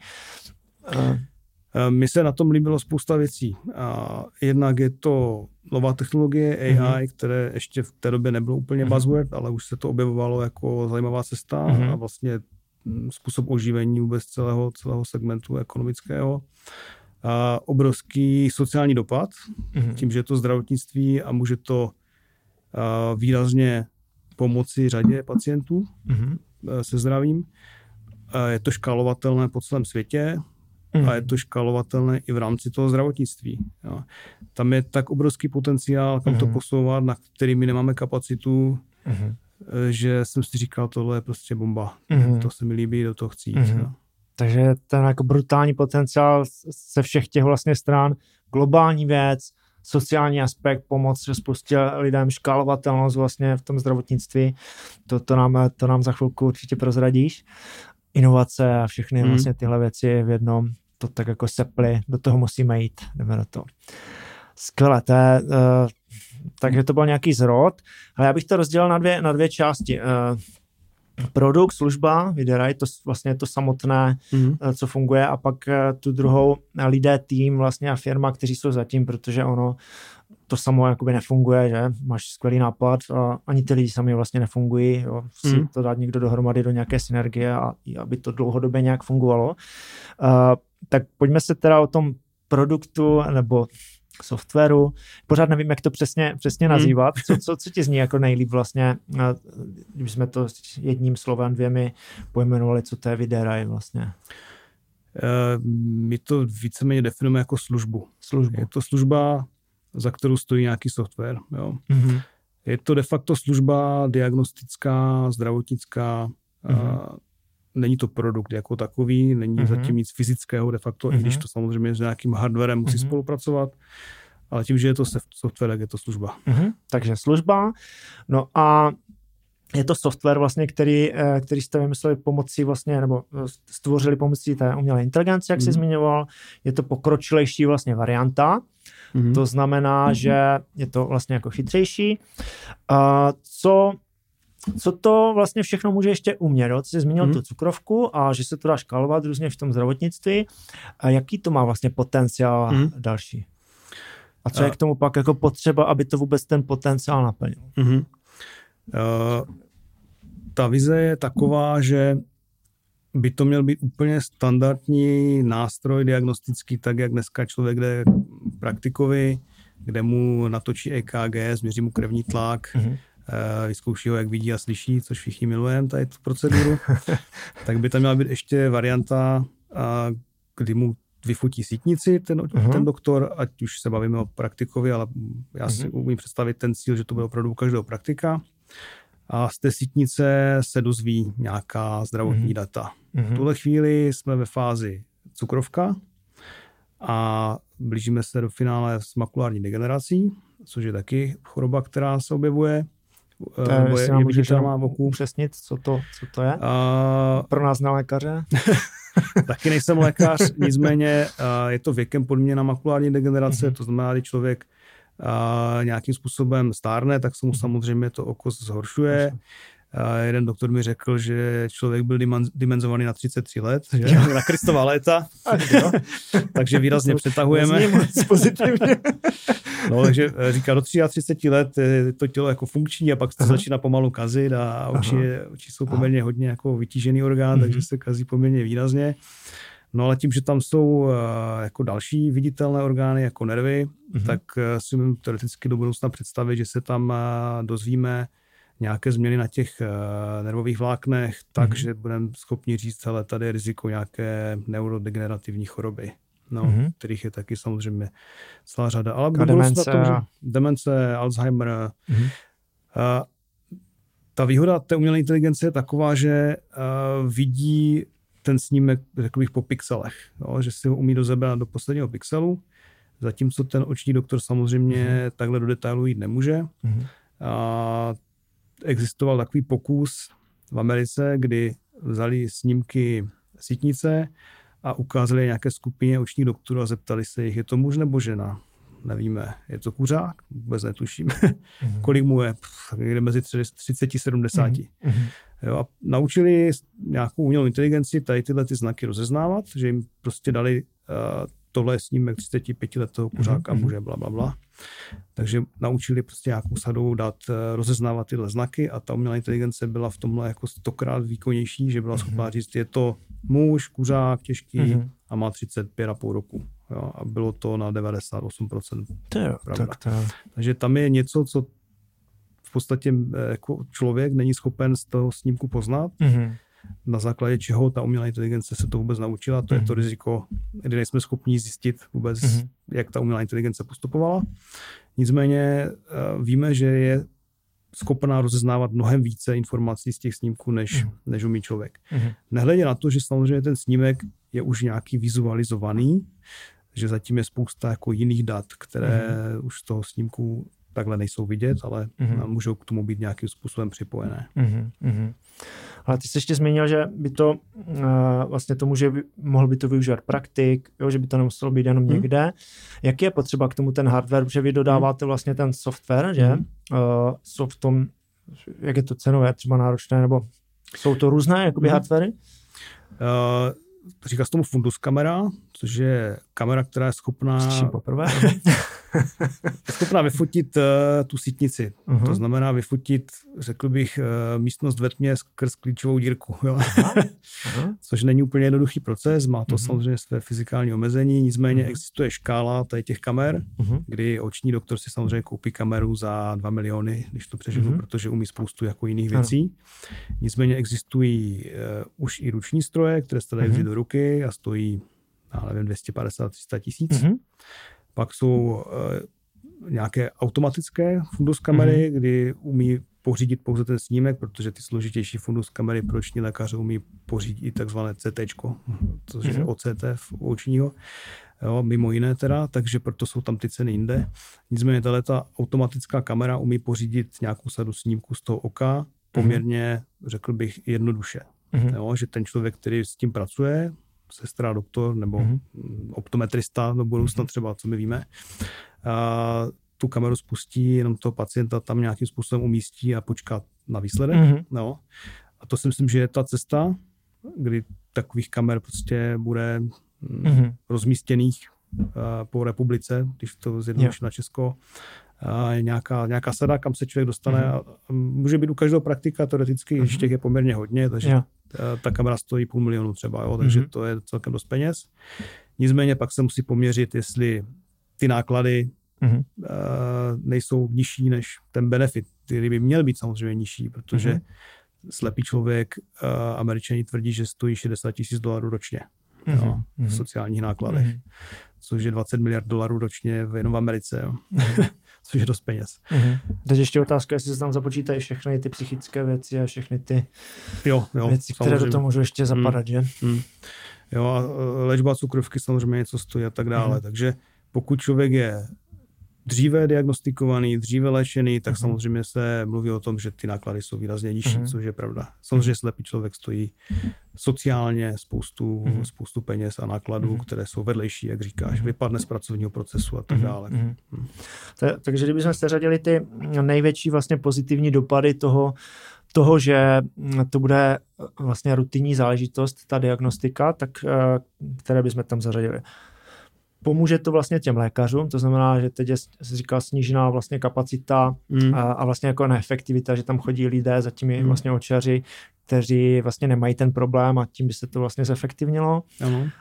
Mně se na tom líbilo spousta věcí. A jednak je to nová technologie A I, mm-hmm. které ještě v té době nebylo úplně mm-hmm. buzzword, ale už se to objevovalo jako zajímavá cesta mm-hmm. a vlastně způsob oživení vůbec celého, celého segmentu ekonomického. A obrovský sociální dopad, mm-hmm. tím, že je to zdravotnictví a může to výrazně pomoci řadě pacientů mm-hmm. se zdravím. Je to škálovatelné po celém světě. mm. a je to škálovatelné i v rámci toho zdravotnictví. Jo. Tam je tak obrovský potenciál, kam mm. to posouvat, na který my nemáme kapacitu, mm. že jsem si říkal, tohle je prostě bomba. Mm. To se mi líbí, do toho chci jít. Mm. Takže ten jako brutální potenciál se všech těch vlastně stran, globální věc, sociální aspekt, pomoc spoustě lidem, škálovatelnost vlastně v tom zdravotnictví, to, to, nám, to nám za chvilku určitě prozradíš. Inovace a všechny mm. vlastně tyhle věci v jednom, to tak jako seply, do toho musíme jít, jdeme do toho. Skvěle, to je, uh, takže to byl nějaký zrod, ale já bych to rozdělil na dvě, na dvě části. Uh, produkt, služba, vyderají to vlastně to samotné, mm. co funguje, a pak tu druhou lidé, tým vlastně a firma, kteří jsou zatím, protože ono to samo jakoby nefunguje, že máš skvělý nápad a ani ty lidi sami vlastně nefungují, jo. Si mm. to dát někdo dohromady do nějaké synergie a aby to dlouhodobě nějak fungovalo. Uh, tak pojďme se teda o tom produktu nebo softwaru, pořád nevím, jak to přesně, přesně nazývat. Co, co, co ti zní jako nejlíp vlastně, když jsme to jedním slovem, dvěmi pojmenovali, co to je Videraj vlastně? Uh, my to víceméně definujeme jako službu. Službu. Je to služba, za kterou stojí nějaký software. Jo. Mm-hmm. Je to de facto služba diagnostická, zdravotnická, mm-hmm. uh, není to produkt jako takový, není mm-hmm. zatím nic fyzického de facto, mm-hmm. i když to samozřejmě s nějakým hardwarem musí mm-hmm. spolupracovat, ale tím, že je to software, tak je to služba. Mm-hmm. Takže služba, no a je to software vlastně, který, který jste vymysleli pomocí vlastně, nebo stvořili pomocí té umělé inteligence, jak mm-hmm. jsi zmiňoval, je to pokročilejší vlastně varianta, mm-hmm. to znamená, mm-hmm. že je to vlastně jako chytřejší. Uh, co Co to vlastně všechno může ještě umět? Ty jsi zmínil hmm. tu cukrovku a že se to dá škálovat různě v tom zdravotnictví. A jaký to má vlastně potenciál hmm. další? A co a... je k tomu pak jako potřeba, aby to vůbec ten potenciál naplnil? Hmm. Uh, ta vize je taková, že by to měl být úplně standardní nástroj diagnostický, tak jak dneska člověk jde praktikovi, kde mu natočí E K G, změří mu krevní tlak, hmm. vyzkouší ho, jak vidí a slyší, což všichni milujeme, tady tu proceduru, tak by tam měla být ještě varianta, kdy mu vyfotí sítnici ten, uh-huh. ten doktor, ať už se bavíme o praktikovi, ale já si uh-huh. umím představit ten cíl, že to bude opravdu u každého praktika. A z té sítnice se dozví nějaká zdravotní uh-huh. data. Uh-huh. V tuhle chvíli jsme ve fázi cukrovka a blížíme se do finále s makulární degenerací, což je taky choroba, která se objevuje. To je, je, je viditelná v oku. Upřesnit, co to, co to je? A... Pro nás na lékaře? Taky nejsem lékař, nicméně je to věkem podmíněná makulární degenerace, mm-hmm. to znamená, když člověk nějakým způsobem stárne, tak se mu samozřejmě to oko zhoršuje. A jeden doktor mi řekl, že člověk byl dimenzovaný na třicet tři let, že? Na Kristova léta, takže výrazně přetahujeme. Pozitivně. No, takže říká, do třicet tři let je to tělo jako funkční a pak se začíná pomalu kazit a oči, oči jsou poměrně hodně jako vytížený orgán, mm-hmm. takže se kazí poměrně výrazně. No ale tím, že tam jsou jako další viditelné orgány, jako nervy, mm-hmm. tak si umím teoreticky do budoucna představit, že se tam dozvíme nějaké změny na těch uh, nervových vláknech, takže mm-hmm. budeme schopni říct, hele, tady je riziko nějaké neurodegenerativní choroby, no, mm-hmm. kterých je taky samozřejmě celá řada. Ale demence, to, že demence, Alzheimer. Mm-hmm. Uh, ta výhoda té umělé inteligence je taková, že uh, vidí ten snímek, řekl bych, po pixelech, jo, že si ho umí dozebrat do posledního pixelu, zatímco ten oční doktor samozřejmě mm-hmm. takhle do detailu jít nemůže. Mm-hmm. Uh, Existoval takový pokus v Americe, kdy vzali snímky sítnice a ukázali nějaké skupině očních doktorů a zeptali se jich, je to muž nebo žena? Nevíme. Je to kuřák? Vůbec netuším. Mm-hmm. Kolik mu je? Pff, někde mezi třicet a sedmdesát. Mm-hmm. Jo, a naučili nějakou umělou inteligenci tady tyhle ty znaky rozeznávat, že jim prostě dali uh, tohle je snímek třicetipětiletého kuřáka, mm-hmm. muže, blablabla. Takže naučili prostě nějakou sadou dát, rozeznávat tyhle znaky a ta umělá inteligence byla v tomhle jako stokrát výkonnější, že byla schopná mm-hmm. říct, je to muž, kuřák, těžký mm-hmm. a má třicet pět a půl roku. Jo, a bylo to na devadesát osm procent. To je, tak to je. Takže tam je něco, co v podstatě jako člověk není schopen z toho snímku poznat. Mm-hmm. na základě čeho ta umělá inteligence se to vůbec naučila. To mm-hmm. je to riziko, kdy nejsme schopni zjistit vůbec, mm-hmm. jak ta umělá inteligence postupovala. Nicméně víme, že je schopná rozeznávat mnohem více informací z těch snímků, než, mm. než umí člověk. Mm. Nehledě na to, že samozřejmě ten snímek je už nějaký vizualizovaný, že zatím je spousta jako jiných dat, které mm. už z toho snímku takhle nejsou vidět, ale mm. můžou k tomu být nějakým způsobem připojené. Mm. Mm. Ale ty jsi ještě zmínil, že by to uh, vlastně to může, mohl by to využívat praktik, jo, že by to nemuselo být jenom mm. někde. Jaký je potřeba k tomu ten hardware, protože vy dodáváte vlastně ten software, že? Mm. Uh, jsou v tom, jak je to cenové, třeba náročné, nebo jsou to různé jakoby mm. hardwary? Uh, Říká se tomu fundus kamera, což je kamera, která je schopná... Slyším poprvé. je schopná vyfotit uh, tu sítnici. Uh-huh. To znamená vyfotit, řekl bych, uh, místnost ve tmě skrz klíčovou dírku. Jo? Uh-huh. Což není úplně jednoduchý proces, má to uh-huh. samozřejmě své fyzikální omezení, nicméně uh-huh. existuje škála tady těch kamer, uh-huh. kdy oční doktor si samozřejmě koupí kameru za dva miliony, když to přežiju, uh-huh. protože umí spoustu jako jiných věcí. Uh-huh. Nicméně existují uh, už i ruční stroje, které se dají uh-huh. vzít do ruky a stojí, já nevím, dvě stě padesát až tři sta tisíc. Uh-huh. Pak jsou uh, nějaké automatické fundus kamery, mm-hmm. kdy umí pořídit pouze ten snímek, protože ty složitější fundus kamery pro oční lékaře umí pořídit i takzvané C T, což je mm-hmm. O C T v očního, jo, mimo jiné teda, takže proto jsou tam ty ceny jinde. Nicméně ta automatická kamera umí pořídit nějakou sadu snímků z toho oka poměrně, mm-hmm. řekl bych, jednoduše. Mm-hmm. Jo, že ten člověk, který s tím pracuje, sestra, doktor nebo mm-hmm. optometrista do budoucna třeba, co my víme, a tu kameru spustí, jenom toho pacienta tam nějakým způsobem umístí a počká na výsledek. Mm-hmm. No. A to si myslím, že je ta cesta, kdy takových kamer prostě bude mm-hmm. rozmístěných uh, po republice, když to zjednoduším na Česko, a je nějaká, nějaká sada, kam se člověk dostane. Mm-hmm. A může být u každého praktika, teoreticky, mm-hmm. když těch je poměrně hodně, takže yeah. ta, ta kamera stojí půl milionu třeba, jo, takže mm-hmm. to je celkem dost peněz. Nicméně pak se musí poměřit, jestli ty náklady mm-hmm. uh, nejsou nižší než ten benefit, který by měl být samozřejmě nižší, protože mm-hmm. slepý člověk, uh, Američani tvrdí, že stojí šedesát tisíc dolarů ročně mm-hmm. jo, v sociálních nákladech, mm-hmm. což je dvacet miliard dolarů ročně jenom v Americe, jo. Mm-hmm. což je dost peněz. Mm-hmm. Teď ještě otázka, jestli se tam započítají všechny ty psychické věci a všechny ty jo, jo, věci, které do toho můžou ještě zapadat, mm. že? Mm. Jo, a léčba cukrovky samozřejmě něco stojí a tak dále, mm. takže pokud člověk je dříve diagnostikovaný, dříve léčený, tak uh-huh. samozřejmě se mluví o tom, že ty náklady jsou výrazně nižší, uh-huh. což je pravda. Samozřejmě slepý člověk stojí sociálně spoustu, uh-huh. spoustu peněz a nákladů, uh-huh. které jsou vedlejší, jak říkáš, uh-huh. vypadne z pracovního procesu a tak uh-huh. dále. Uh-huh. Uh-huh. Ta, takže kdybychom seřadili ty největší vlastně pozitivní dopady toho, toho, že to bude vlastně rutinní záležitost, ta diagnostika, tak které bychom tam zařadili? Pomůže to vlastně těm lékařům, to znamená, že teď je, se říká, snížená vlastně kapacita mm. a, a vlastně jako neefektivita, že tam chodí lidé za těmi mm. vlastně očaři, kteří vlastně nemají ten problém a tím by se to vlastně zefektivnilo. Mm. Uh,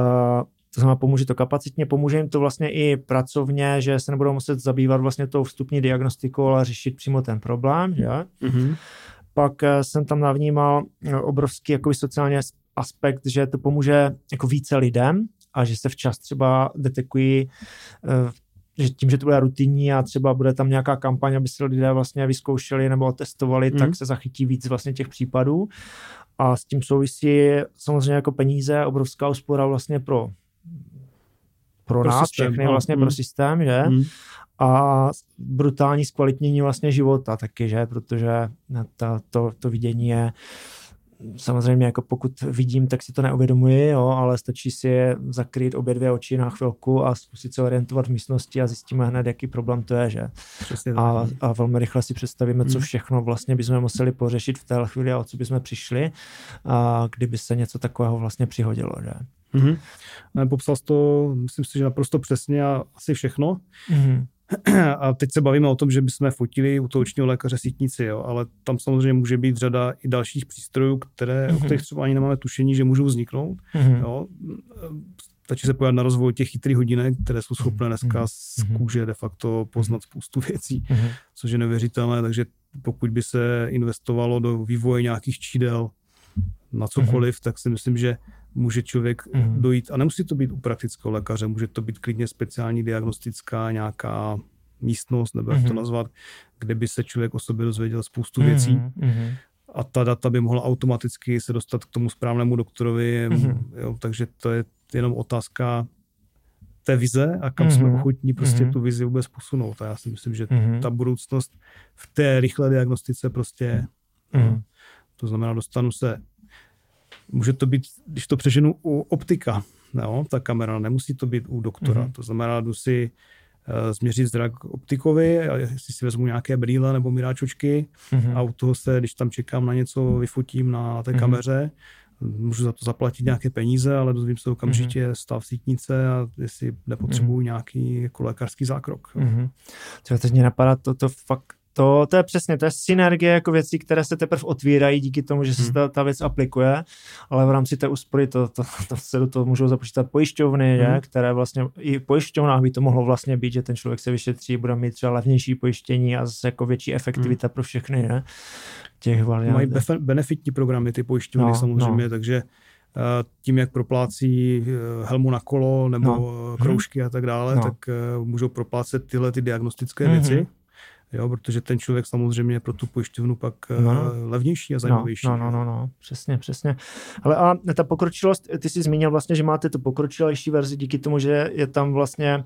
to znamená, pomůže to kapacitně, pomůže jim to vlastně i pracovně, že se nebudou muset zabývat vlastně tou vstupní diagnostikou, ale řešit přímo ten problém, že? Mm. Pak jsem tam navnímal obrovský jakoby sociální aspekt, že to pomůže jako více lidem, a že se včas třeba detekují, že tím, že to bude rutinní a třeba bude tam nějaká kampaň, aby se lidé vlastně vyzkoušeli nebo testovali, mm. tak se zachytí víc vlastně těch případů. A s tím souvisí samozřejmě jako peníze, obrovská úspora vlastně pro, pro, pro nás systém, všechny, vlastně mm. pro systém, že? Mm. A brutální zkvalitnění vlastně života taky, že? Protože ta, to, to vidění je samozřejmě, jako pokud vidím, tak si to neuvědomuji, jo, ale stačí si zakrýt obě dvě oči na chvilku a zkusit se orientovat v místnosti a zjistíme hned, jaký problém to je, že? A, a velmi rychle si představíme, hmm. co všechno vlastně bychom museli pořešit v té chvíli a o co bychom přišli, a kdyby se něco takového vlastně přihodilo, že? Mm-hmm. Popsal jsi to, myslím si, že naprosto přesně a asi všechno. Mm-hmm. A teď se bavíme o tom, že bychom fotili u toho očního lékaře sítnici, jo, ale tam samozřejmě může být řada i dalších přístrojů, které, mm-hmm. o kterých třeba ani nemáme tušení, že můžou vzniknout. Mm-hmm. Jo. Stačí se podívat na rozvoj těch chytrých hodinek, které jsou schopné dneska mm-hmm. z kůže de facto poznat spoustu věcí, mm-hmm. což je neuvěřitelné, takže pokud by se investovalo do vývoje nějakých čídel na cokoliv, mm-hmm. tak si myslím, že může člověk mm-hmm. dojít, a nemusí to být u praktického lékaře, může to být klidně speciální diagnostická nějaká místnost, nebo jak mm-hmm. to nazvat, kde by se člověk o sobě dozvěděl spoustu mm-hmm. věcí. Mm-hmm. A ta data by mohla automaticky se dostat k tomu správnému doktorovi, mm-hmm. jo, takže to je jenom otázka té vize a kam mm-hmm. jsme ochotní prostě mm-hmm. tu vizi vůbec posunout. A já si myslím, že mm-hmm. ta budoucnost v té rychlé diagnostice prostě, mm-hmm. no, to znamená, dostanu se, může to být, když to přeženu u optika, no, ta kamera, nemusí to být u doktora, mm-hmm. to znamená, jdu si uh, změřit zrak optikovi, a jestli si vezmu nějaké brýle nebo miráčočky mm-hmm. a u toho se, když tam čekám na něco, vyfotím na té mm-hmm. kameře, můžu za to zaplatit nějaké peníze, ale dozvím se okamžitě mm-hmm. stav sítnice a jestli nepotřebuji mm-hmm. nějaký jako lékařský zákrok. Mm-hmm. Třeba teď mě napadá, to, to fakt, to, to je přesně, to je synergie jako věcí, které se teprve otvírají díky tomu, že se mm-hmm. ta, ta věc aplikuje, ale v rámci té úspory to, to, to se do toho můžou započítat pojišťovny, mm-hmm. je, které vlastně, i v pojišťovnách by to mohlo vlastně být, že ten člověk se vyšetří, bude mít třeba levnější pojištění a zase jako větší efektivita mm-hmm. pro všechny, ne? Těch variant. Mají befe- benefitní programy ty pojišťovny no, samozřejmě, no. takže uh, tím, jak proplácí uh, helmu na kolo nebo no. kroužky a tak dále, no. tak uh, můžou proplácet tyhle ty diagnostické mm-hmm. věci, jo, protože ten člověk samozřejmě pro tu pojišťovnu pak uh, no. levnější a zajímavější. No, no, no, no, přesně, přesně. Ale a ta pokročilost, ty jsi zmínil vlastně, že máte tu pokročilejší verzi díky tomu, že je tam vlastně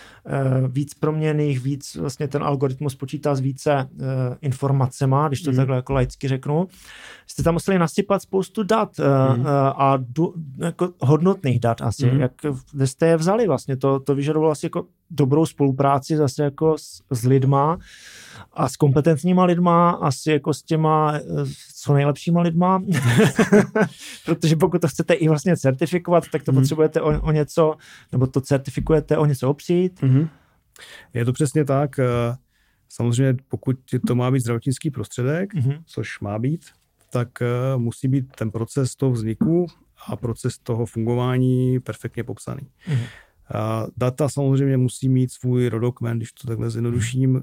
víc proměnných, víc vlastně ten algoritmus počítá s více uh, informacema, když to mm. takhle jako laicky řeknu. Jste tam museli nasypat spoustu dat uh, mm. uh, a du, jako hodnotných dat asi. Mm. Jak, kde jste je vzali vlastně? To, to vyžadovalo asi jako dobrou spolupráci zase jako s, s lidma a s kompetentníma lidma, asi jako s těma co nejlepšíma lidma. Protože pokud to chcete i vlastně certifikovat, tak to mm. potřebujete o, o něco, nebo to certifikujete o něco opřít. Mm. Je to přesně tak. Samozřejmě pokud to má být zdravotnický prostředek, mm. což má být, tak musí být ten proces toho vzniku a proces toho fungování perfektně popsaný. Mm. Data samozřejmě musí mít svůj rodokmen, když to takhle zjednoduším,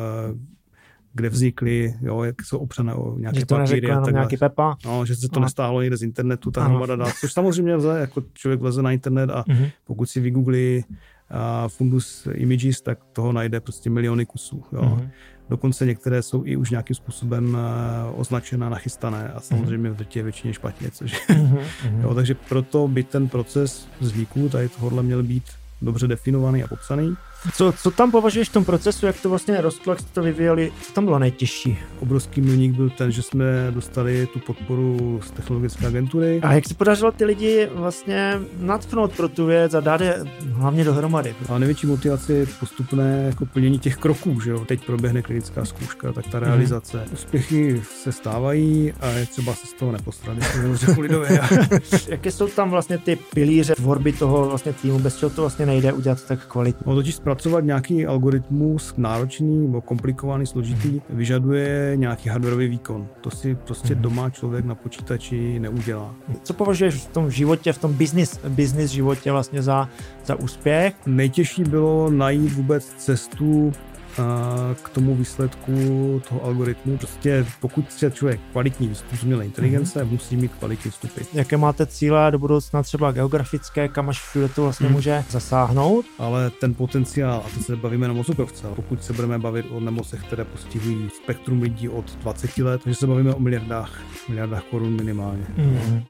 kde vznikly, jo, jak jsou opřené o nějaké papíry a takhle. Nějaký Pepa. No, že se to nestáhlo někde z internetu, ta hromada dat, což samozřejmě lze, jako člověk vleze na internet a mm-hmm. pokud si vygooglí uh, fundus images, tak toho najde prostě miliony kusů. Jo. Mm-hmm. Dokonce některé jsou i už nějakým způsobem uh, označené, nachystané a samozřejmě v drtivé většině špatně. Což, mm-hmm. jo, takže proto by ten proces vzniku tady tohohle měl být dobře definovaný a popsaný. Co, co tam považuješ v tom procesu, jak to vlastně rostlo, jak jste to vyvíjeli, co tam bylo nejtěžší? Obrovský milník byl ten, že jsme dostali tu podporu z technologické agentury. A jak se podařilo ty lidi vlastně nadchnout pro tu věc a dát je hlavně dohromady? A největší motivace je postupné jako plnění těch kroků, že jo. Teď proběhne klinická zkouška, tak ta realizace. Mm. Úspěchy se stávají a je třeba se z toho nepostarat, když řeknu lidově. Jaké jsou tam vlastně ty pilíře tvorby toho vlastně týmu, bez čeho to vlastně nejde udělat tak kvalitně? No, totiž zpracovat nějaký algoritmus náročný nebo komplikovaný, složitý, vyžaduje nějaký hardwarový výkon. To si prostě doma člověk na počítači neudělá. Co považuješ v tom životě, v tom business, business životě vlastně za, za úspěch? Nejtěžší bylo najít vůbec cestu k tomu výsledku toho algoritmu. Prostě pokud se člověk kvalitní výstup z umělé inteligence, mm-hmm. musí mít kvalitní vstupy. Jaké máte cíle do budoucna třeba geografické, kam až všude to vlastně mm. může zasáhnout? Ale ten potenciál, a teď se bavíme jenom o cukrovce, pokud se budeme bavit o nemocech, které postihují spektrum lidí od dvacet let, takže se bavíme o miliardách, miliardách korun minimálně. Mm.